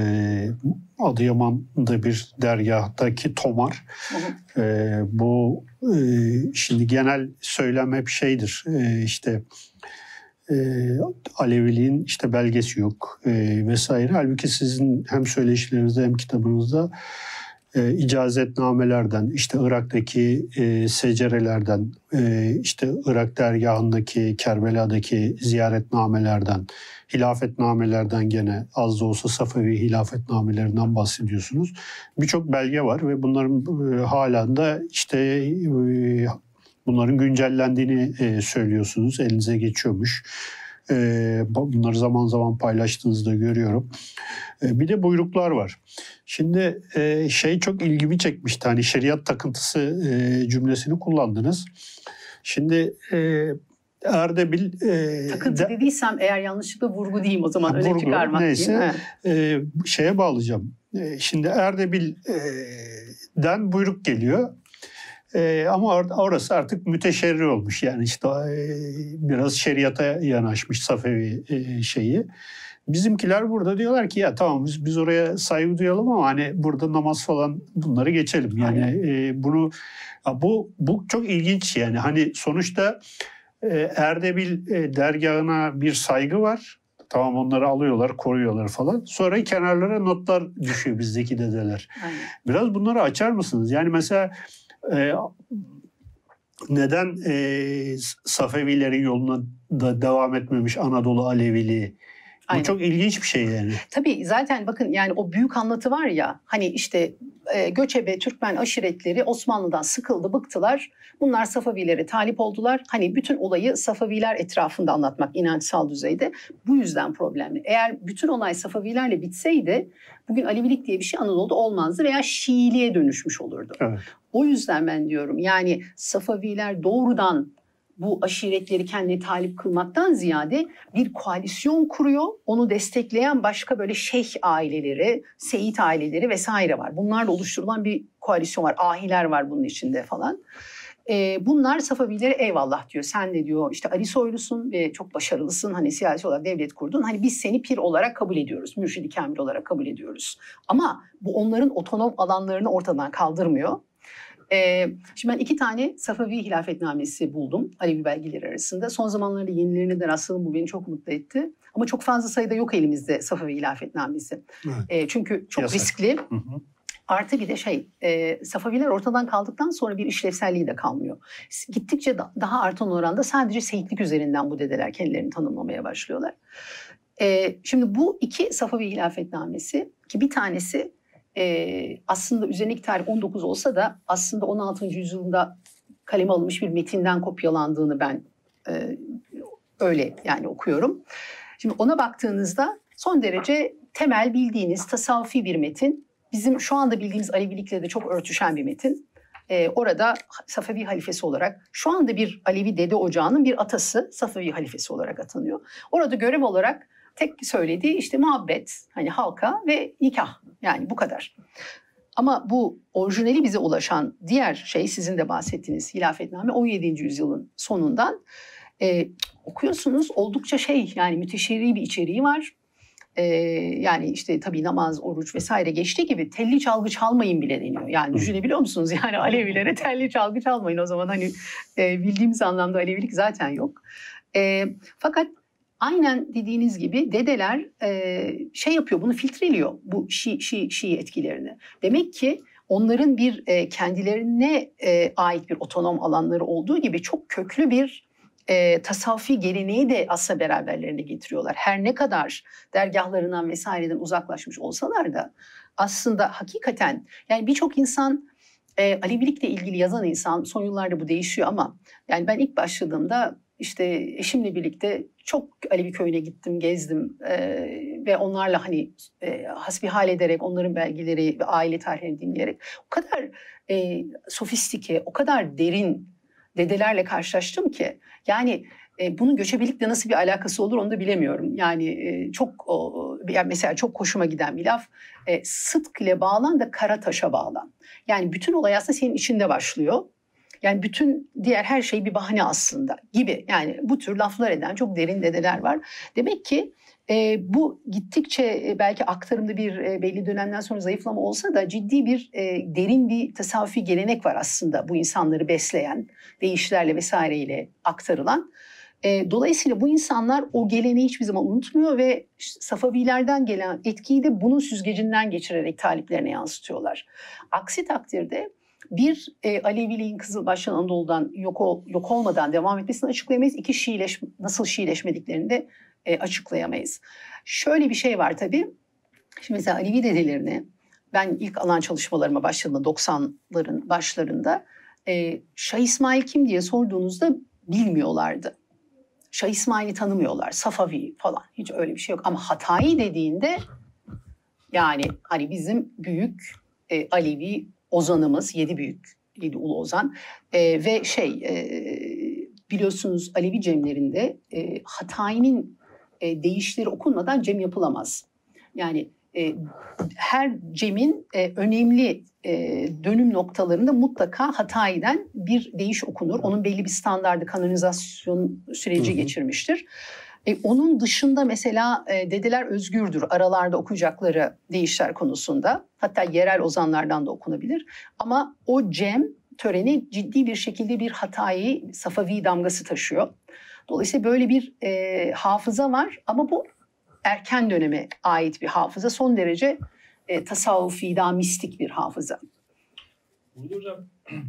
Adıyaman'da bir dergahtaki tomar. Hı hı. E, bu e, şimdi genel söylem hep şeydir. E, işte e, Aleviliğin işte belgesi yok e, vesaire. Halbuki sizin hem söyleşilerinizde hem kitabınızda E, icazetnamelerden, işte Irak'taki e, secerelerden, e, işte Irak dergahındaki, Kerbela'daki ziyaretnamelerden, hilafetnamelerden, gene az da olsa Safevi hilafetnamelerinden bahsediyorsunuz. Birçok belge var ve bunların e, halen de işte e, bunların güncellendiğini e, söylüyorsunuz, elinize geçiyormuş. E, bunları zaman zaman paylaştığınızda görüyorum. Bir de buyruklar var. Şimdi şey çok ilgimi çekmişti. Hani şeriat takıntısı cümlesini kullandınız. Şimdi Erdebil... Takıntı de, dediysem eğer yanlışlıkla vurgu diyeyim o zaman. Öyle vurgu, çıkarmak neyse, diyeyim. E, şeye bağlayacağım. Şimdi Erdebil'den buyruk geliyor. E, ama orası artık müteşerri olmuş. Yani işte e, biraz şeriata yanaşmış Safevi e, şeyi. Bizimkiler burada diyorlar ki ya tamam biz, biz oraya saygı duyalım ama hani burada namaz falan bunları geçelim. Yani e, bunu bu bu çok ilginç yani. Hani sonuçta e, Erdebil e, dergahına bir saygı var. Tamam onları alıyorlar, koruyorlar falan. Sonra kenarlara notlar düşüyor bizdeki dedeler. Aynen. Biraz bunları açar mısınız? Yani mesela e, neden e, Safevilerin yoluna da devam etmemiş Anadolu Aleviliği? Bu Aynen. çok ilginç bir şey yani. Tabii zaten bakın yani o büyük anlatı var ya hani işte e, göçebe Türkmen aşiretleri Osmanlı'dan sıkıldı, bıktılar. Bunlar Safavilere talip oldular. Hani bütün olayı Safaviler etrafında anlatmak inançsal düzeyde. Bu yüzden problemli. Eğer bütün olay Safavilerle bitseydi bugün Alevilik diye bir şey Anadolu'da olmazdı veya Şiiliğe dönüşmüş olurdu. Evet. O yüzden ben diyorum yani Safaviler doğrudan bu aşiretleri kendine talip kılmaktan ziyade bir koalisyon kuruyor. Onu destekleyen başka böyle şeyh aileleri, seyit aileleri vesaire var. Bunlarla oluşturulan bir koalisyon var. Ahiler var bunun içinde falan. Ee, bunlar Safavilere eyvallah diyor. Sen de diyor işte Ali Soylusun ve çok başarılısın. Hani siyasi olarak devlet kurdun. Hani biz seni pir olarak kabul ediyoruz. Mürşid-i Kamil olarak kabul ediyoruz. Ama bu onların otonom alanlarını ortadan kaldırmıyor. Ee, şimdi ben iki tane Safavi hilafetnamesi buldum Alevi belgeleri arasında. Son zamanlarda yenilerine de rastladım. Bu beni çok mutlu etti. Ama çok fazla sayıda yok elimizde Safavi hilafetnamesi. Evet. Ee, çünkü çok Yasak. riskli. Hı hı. Artı bir de şey, e, Safaviler ortadan kaldıktan sonra bir işlevselliği de kalmıyor. Gittikçe da, daha artan oranda sadece seyitlik üzerinden bu dedeler kendilerini tanımlamaya başlıyorlar. E, şimdi bu iki Safavi hilafetnamesi ki bir tanesi Ee, aslında üzerindeki tarih on dokuz olsa da aslında on altıncı yüzyılda kaleme alınmış bir metinden kopyalandığını ben e, öyle yani okuyorum. Şimdi ona baktığınızda son derece temel bildiğiniz tasavvufi bir metin. Bizim şu anda bildiğimiz Alevilikle de çok örtüşen bir metin. Ee, orada Safevi halifesi olarak şu anda bir Alevi dede ocağının bir atası Safevi halifesi olarak atanıyor. Orada görev olarak tek söylediği işte muhabbet, hani halka ve nikah, yani bu kadar. Ama bu orijinali bize ulaşan diğer şey sizin de bahsettiğiniz hilafetname on yedinci yüzyılın sonundan. Ee, okuyorsunuz oldukça şey, yani müteşerri bir içeriği var. Ee, yani işte tabii namaz, oruç vesaire geçtiği gibi telli çalgı çalmayın bile deniyor. Yani düşünebiliyor musunuz? Yani Alevilere telli çalgı çalmayın, o zaman hani e, bildiğimiz anlamda Alevilik zaten yok. E, fakat aynen dediğiniz gibi dedeler e, şey yapıyor, bunu filtreliyor, bu Şii, Şii, Şii etkilerini. Demek ki onların bir e, kendilerine e, ait bir otonom alanları olduğu gibi çok köklü bir E, tasavvufi geleneği de aslında beraberlerine getiriyorlar. Her ne kadar dergahlarından vesaireden uzaklaşmış olsalar da aslında hakikaten yani birçok insan e, Alevilikle ilgili yazan insan, son yıllarda bu değişiyor ama yani ben ilk başladığımda işte eşimle birlikte çok Alevi köyüne gittim, gezdim e, ve onlarla hani e, hasbihal ederek onların belgeleri ve aile tarihlerini dinleyerek o kadar e, sofistike, o kadar derin dedelerle karşılaştım ki yani e, bunun göçebelikle nasıl bir alakası olur onu da bilemiyorum. Yani e, çok o, yani mesela çok hoşuma giden bir laf, e, sıdk ile bağlan da kara taşa bağlan. Yani bütün olay aslında senin içinde başlıyor. Yani bütün diğer her şey bir bahane aslında gibi. Yani bu tür laflar eden çok derin dedeler var. Demek ki e, bu gittikçe e, belki aktarımda bir e, belli dönemden sonra zayıflama olsa da ciddi bir e, derin bir tasavvufi gelenek var aslında bu insanları besleyen, deyişlerle vesaireyle aktarılan. E, dolayısıyla bu insanlar o geleneği hiçbir zaman unutmuyor ve Safavilerden gelen etkiyi de bunun süzgecinden geçirerek taliplerine yansıtıyorlar. Aksi takdirde bir e, Aleviliğin Kızılbaş'tan Anadolu'dan yok, ol, yok olmadan devam etmesini açıklayamayız. İki Şiileş, nasıl Şiileşmediklerini de e, açıklayamayız. Şöyle bir şey var tabii. Şimdi mesela Alevi dedelerini ben ilk alan çalışmalarıma başladığımda doksanların başlarında e, Şah İsmail kim diye sorduğunuzda bilmiyorlardı. Şah İsmail'i tanımıyorlar. Safavi falan, hiç öyle bir şey yok. Ama Hatayi dediğinde yani hani bizim büyük e, Alevi ozanımız, yedi büyük, yedi ulu ozan e, ve şey e, biliyorsunuz Alevi cemlerinde e, Hatayi'nin e, deyişleri okunmadan cem yapılamaz. Yani e, her cemin e, önemli e, dönüm noktalarında mutlaka Hatayi'den bir deyiş okunur. Onun belli bir standardı, kanonizasyon süreci hı hı. geçirmiştir. E, onun dışında mesela e, dedeler özgürdür aralarda okuyacakları deyişler konusunda. Hatta yerel ozanlardan da okunabilir. Ama o cem töreni ciddi bir şekilde bir Hatayi, Safavi damgası taşıyor. Dolayısıyla böyle bir e, hafıza var ama bu erken döneme ait bir hafıza. Son derece e, tasavvufi, daha mistik bir hafıza. Burada hocam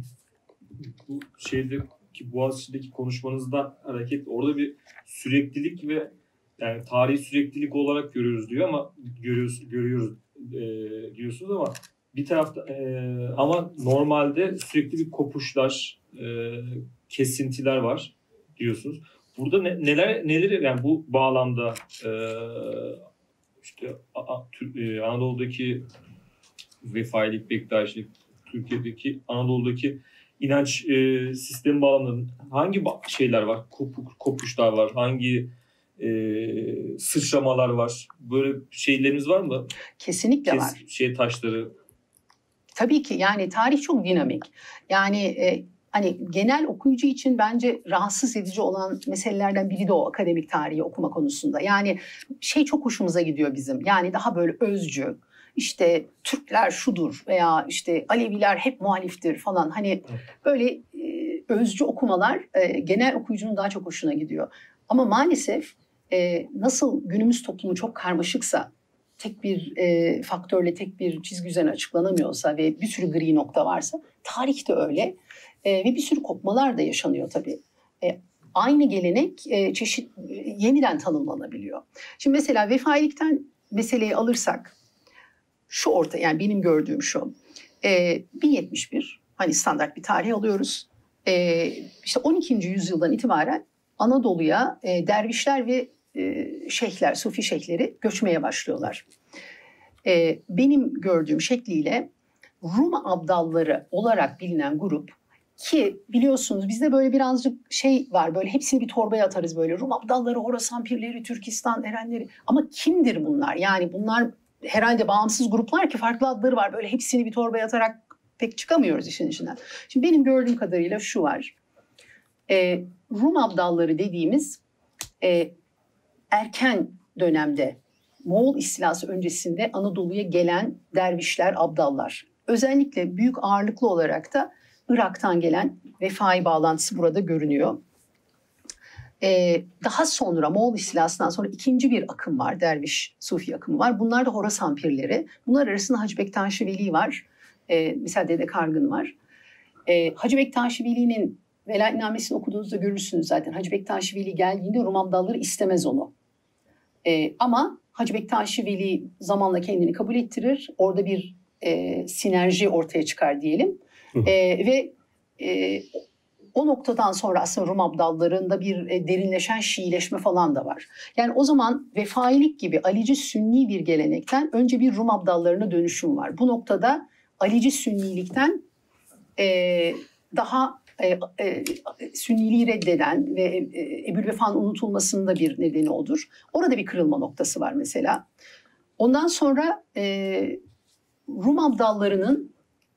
bu şeyde ki Boğaziçi'ndeki konuşmanızdan hareket orada bir süreklilik ve yani tarihi süreklilik olarak görüyoruz diyor ama görüyoruz görüyoruz e, diyorsunuz ama bir tarafta e, ama normalde sürekli bir kopuşlar, e, kesintiler var diyorsunuz. Burada ne, neler neler yani bu bağlamda e, işte a, a, e, Anadolu'daki Vefailik, Bektaşilik, Türkiye'deki Anadolu'daki İnanç e, sistemi bağlamında hangi şeyler var? Kopuk, kopuşlar var. Hangi e, sıçramalar var? Böyle şeyleriniz var mı? Kesinlikle Kes, var. Şey taşları. Tabii ki yani tarih çok dinamik. Yani e, hani genel okuyucu için bence rahatsız edici olan meselelerden biri de o akademik tarihi okuma konusunda. Yani şey çok hoşumuza gidiyor bizim. Yani daha böyle özcü. İşte Türkler şudur veya işte Aleviler hep muhaliftir falan. Hani böyle e, özcü okumalar e, genel okuyucunun daha çok hoşuna gidiyor. Ama maalesef e, nasıl günümüz toplumu çok karmaşıksa, tek bir e, faktörle, tek bir çizgi üzerine açıklanamıyorsa ve bir sürü gri nokta varsa tarih de öyle. E, ve bir sürü kopmalar da yaşanıyor tabii. E, aynı gelenek e, çeşit e, yeniden tanımlanabiliyor. Şimdi mesela vefailikten meseleyi alırsak, şu orta, yani benim gördüğüm şu, e, bin yetmiş bir, hani standart bir tarih alıyoruz. E, işte on ikinci yüzyıldan itibaren Anadolu'ya e, dervişler ve e, şeyhler, Sufi şeyhleri göçmeye başlıyorlar. E, benim gördüğüm şekliyle Rum abdalları olarak bilinen grup, ki biliyorsunuz bizde böyle birazcık şey var, böyle hepsini bir torbaya atarız böyle. Rum abdalları, Horasan pirleri, Türkistan erenleri. Ama kimdir bunlar? Yani bunlar herhalde bağımsız gruplar ki farklı adları var. Böyle hepsini bir torbaya atarak pek çıkamıyoruz işin içinden. Şimdi benim gördüğüm kadarıyla şu var. E, Rum abdalları dediğimiz e, erken dönemde Moğol istilası öncesinde Anadolu'ya gelen dervişler, abdallar. Özellikle büyük ağırlıklı olarak da Irak'tan gelen vefai bağlantısı burada görünüyor. Ee, daha sonra Moğol istilasından sonra ikinci bir akım var, derviş Sufi akımı var. Bunlar da Horasan pirleri. Bunlar arasında Hacı Bektaş Veli var. Ee, mesela Dede Kargın var. Ee, Hacı Bektaş Veli'nin velayetnamesini okuduğunuzda görürsünüz zaten. Hacı Bektaş Veli geldiğinde Rum abdalları istemez onu. Ee, ama Hacı Bektaş Veli zamanla kendini kabul ettirir. Orada bir e, sinerji ortaya çıkar diyelim. E, ve e, o noktadan sonra aslında Rum abdallarında bir e, derinleşen Şiileşme falan da var. Yani o zaman vefailik gibi Alici Sünni bir gelenekten önce bir Rum abdallarına dönüşüm var. Bu noktada Alici Sünnilikten e, daha e, e, Sünniliği reddeden ve e, Ebu'l-Vefa'nın unutulmasında bir nedeni odur. Orada bir kırılma noktası var mesela. Ondan sonra e, Rum abdallarının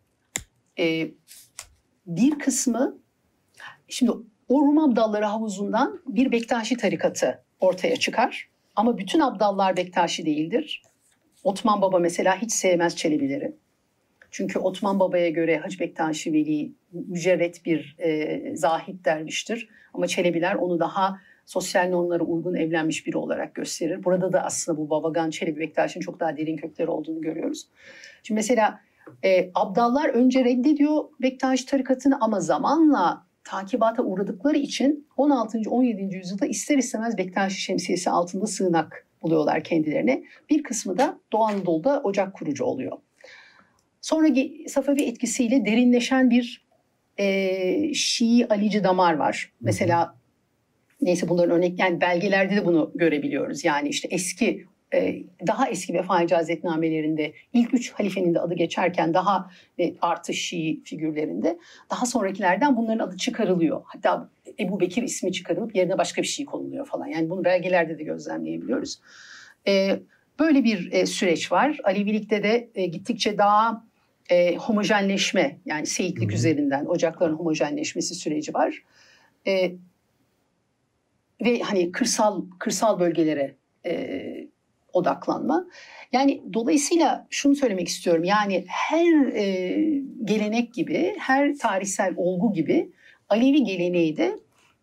e, bir kısmı, şimdi o Rum abdalları havuzundan bir Bektaşi tarikatı ortaya çıkar. Ama bütün abdallar Bektaşi değildir. Osman Baba mesela hiç sevmez Çelebileri. Çünkü Osman Baba'ya göre Hacı Bektaş Veli mücerret bir e, zahid derviştir. Ama Çelebiler onu daha sosyal normlara uygun evlenmiş biri olarak gösterir. Burada da aslında bu Babagan, Çelebi, Bektaş'ın çok daha derin kökleri olduğunu görüyoruz. Şimdi mesela e, abdallar önce reddediyor Bektaş tarikatını ama zamanla takibata uğradıkları için on altıncı on yedinci yüzyılda ister istemez Bektaşi şemsiyesi altında sığınak buluyorlar kendilerine. Bir kısmı da Doğu Anadolu'da ocak kurucu oluyor. Sonra Safavi etkisiyle derinleşen bir e, Şii Alici damar var. Mesela neyse bunların örnek, yani belgelerde de bunu görebiliyoruz. Yani işte eski e, daha eski vefa icazetnamelerinde ilk üç halifenin de adı geçerken daha e, artı Şii figürlerinde, daha sonrakilerden bunların adı çıkarılıyor. Hatta Ebu Bekir ismi çıkarılıp yerine başka bir şey konuluyor falan. Yani bunu belgelerde de gözlemleyebiliyoruz. E, böyle bir e, süreç var. Alevilikte de e, gittikçe daha e, homojenleşme, yani seyitlik hmm. üzerinden ocakların homojenleşmesi süreci var. E, ve hani kırsal kırsal bölgelere e, odaklanma. Yani dolayısıyla şunu söylemek istiyorum. Yani her e, gelenek gibi, her tarihsel olgu gibi Alevi geleneği de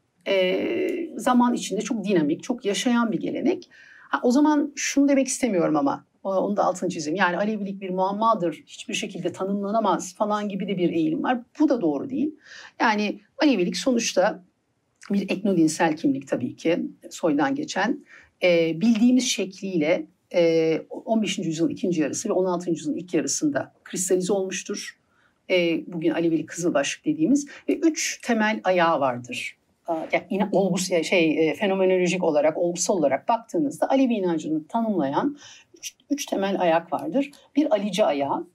e, zaman içinde çok dinamik, çok yaşayan bir gelenek. Ha, o zaman şunu demek istemiyorum ama onu da altını çizeyim. Yani Alevilik bir muammadır, hiçbir şekilde tanımlanamaz falan gibi de bir eğilim var. Bu da doğru değil. Yani Alevilik sonuçta bir etnodinsel kimlik tabii ki, soydan geçen. E, bildiğimiz şekliyle e, on beşinci yüzyılın ikinci yarısı ve on altıncı yüzyılın ilk yarısında kristalize olmuştur. E, bugün Alevilik Kızılbaşlık dediğimiz ve üç temel ayağı vardır. Yani olgusu, şey, fenomenolojik olarak, olgusal olarak baktığınızda Alevi inancını tanımlayan üç, üç temel ayak vardır. Bir Alici ayağı,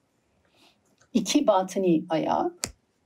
iki Batıni ayağı,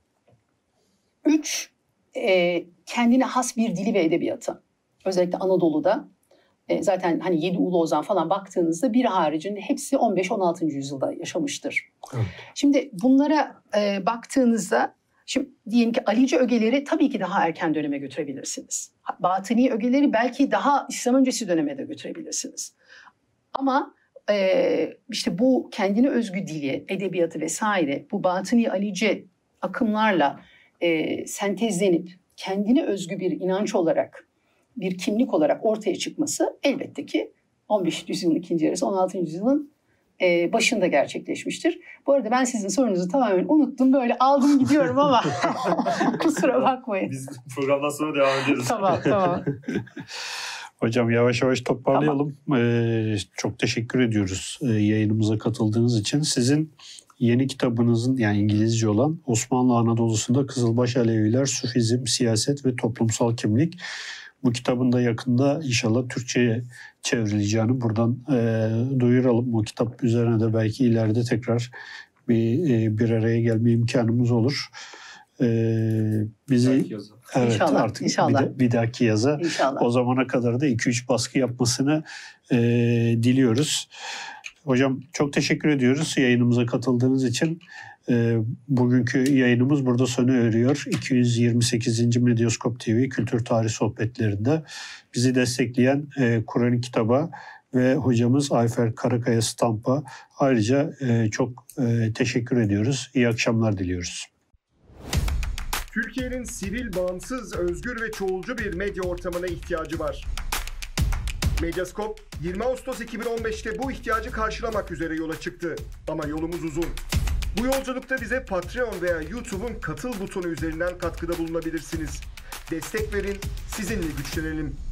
üç e, kendine has bir dili ve edebiyatı. Özellikle Anadolu'da e, zaten hani Yedi Ulu Ozan falan baktığınızda bir haricinde hepsi on beş on altıncı yüzyılda yaşamıştır. Evet. Şimdi bunlara e, baktığınızda, şimdi diyelim ki Alici ögeleri tabii ki daha erken döneme götürebilirsiniz. Batıni ögeleri belki daha İslam öncesi döneme de götürebilirsiniz. Ama e, işte bu kendine özgü dili, edebiyatı vesaire bu Batıni Alici akımlarla e, sentezlenip kendine özgü bir inanç olarak, bir kimlik olarak ortaya çıkması elbette ki on beşinci yüzyılın ikinci yarısı, on altıncı yüzyılın e, başında gerçekleşmiştir. Bu arada ben sizin sorunuzu tamamen unuttum. Böyle aldım gidiyorum ama kusura bakmayın. Biz programdan sonra devam ederiz. Tamam, tamam. Hocam yavaş yavaş toparlayalım. Tamam. Ee, çok teşekkür ediyoruz e, yayınımıza katıldığınız için. Sizin yeni kitabınızın, yani İngilizce olan Osmanlı Anadolu'sunda Kızılbaş Aleviler, Sufizm, Siyaset ve Toplumsal Kimlik. Bu kitabın da yakında inşallah Türkçe'ye çevrileceğini buradan e, duyuralım. Bu kitap üzerine de belki ileride tekrar bir e, bir araya gelme imkanımız olur. E, bizi evet, İnşallah, artık inşallah. Bir, de, bir dahaki yaza İnşallah. o zamana kadar da iki üç baskı yapmasını e, diliyoruz. Hocam çok teşekkür ediyoruz yayınımıza katıldığınız için. E, bugünkü yayınımız burada sona eriyor. iki yüz yirmi sekizinci Medyaskop T V Kültür Tarih Sohbetlerinde bizi destekleyen e, Kur'an Kitaba ve hocamız Ayfer Karakaya Stamp'a ayrıca e, çok e, teşekkür ediyoruz. İyi akşamlar diliyoruz. Türkiye'nin sivil, bağımsız, özgür ve çoğulcu bir medya ortamına ihtiyacı var. Medyaskop, yirmi Ağustos iki bin on beşte bu ihtiyacı karşılamak üzere yola çıktı. Ama yolumuz uzun. Bu yolculukta bize Patreon veya YouTube'un katıl butonu üzerinden katkıda bulunabilirsiniz. Destek verin, sizinle güçlenelim.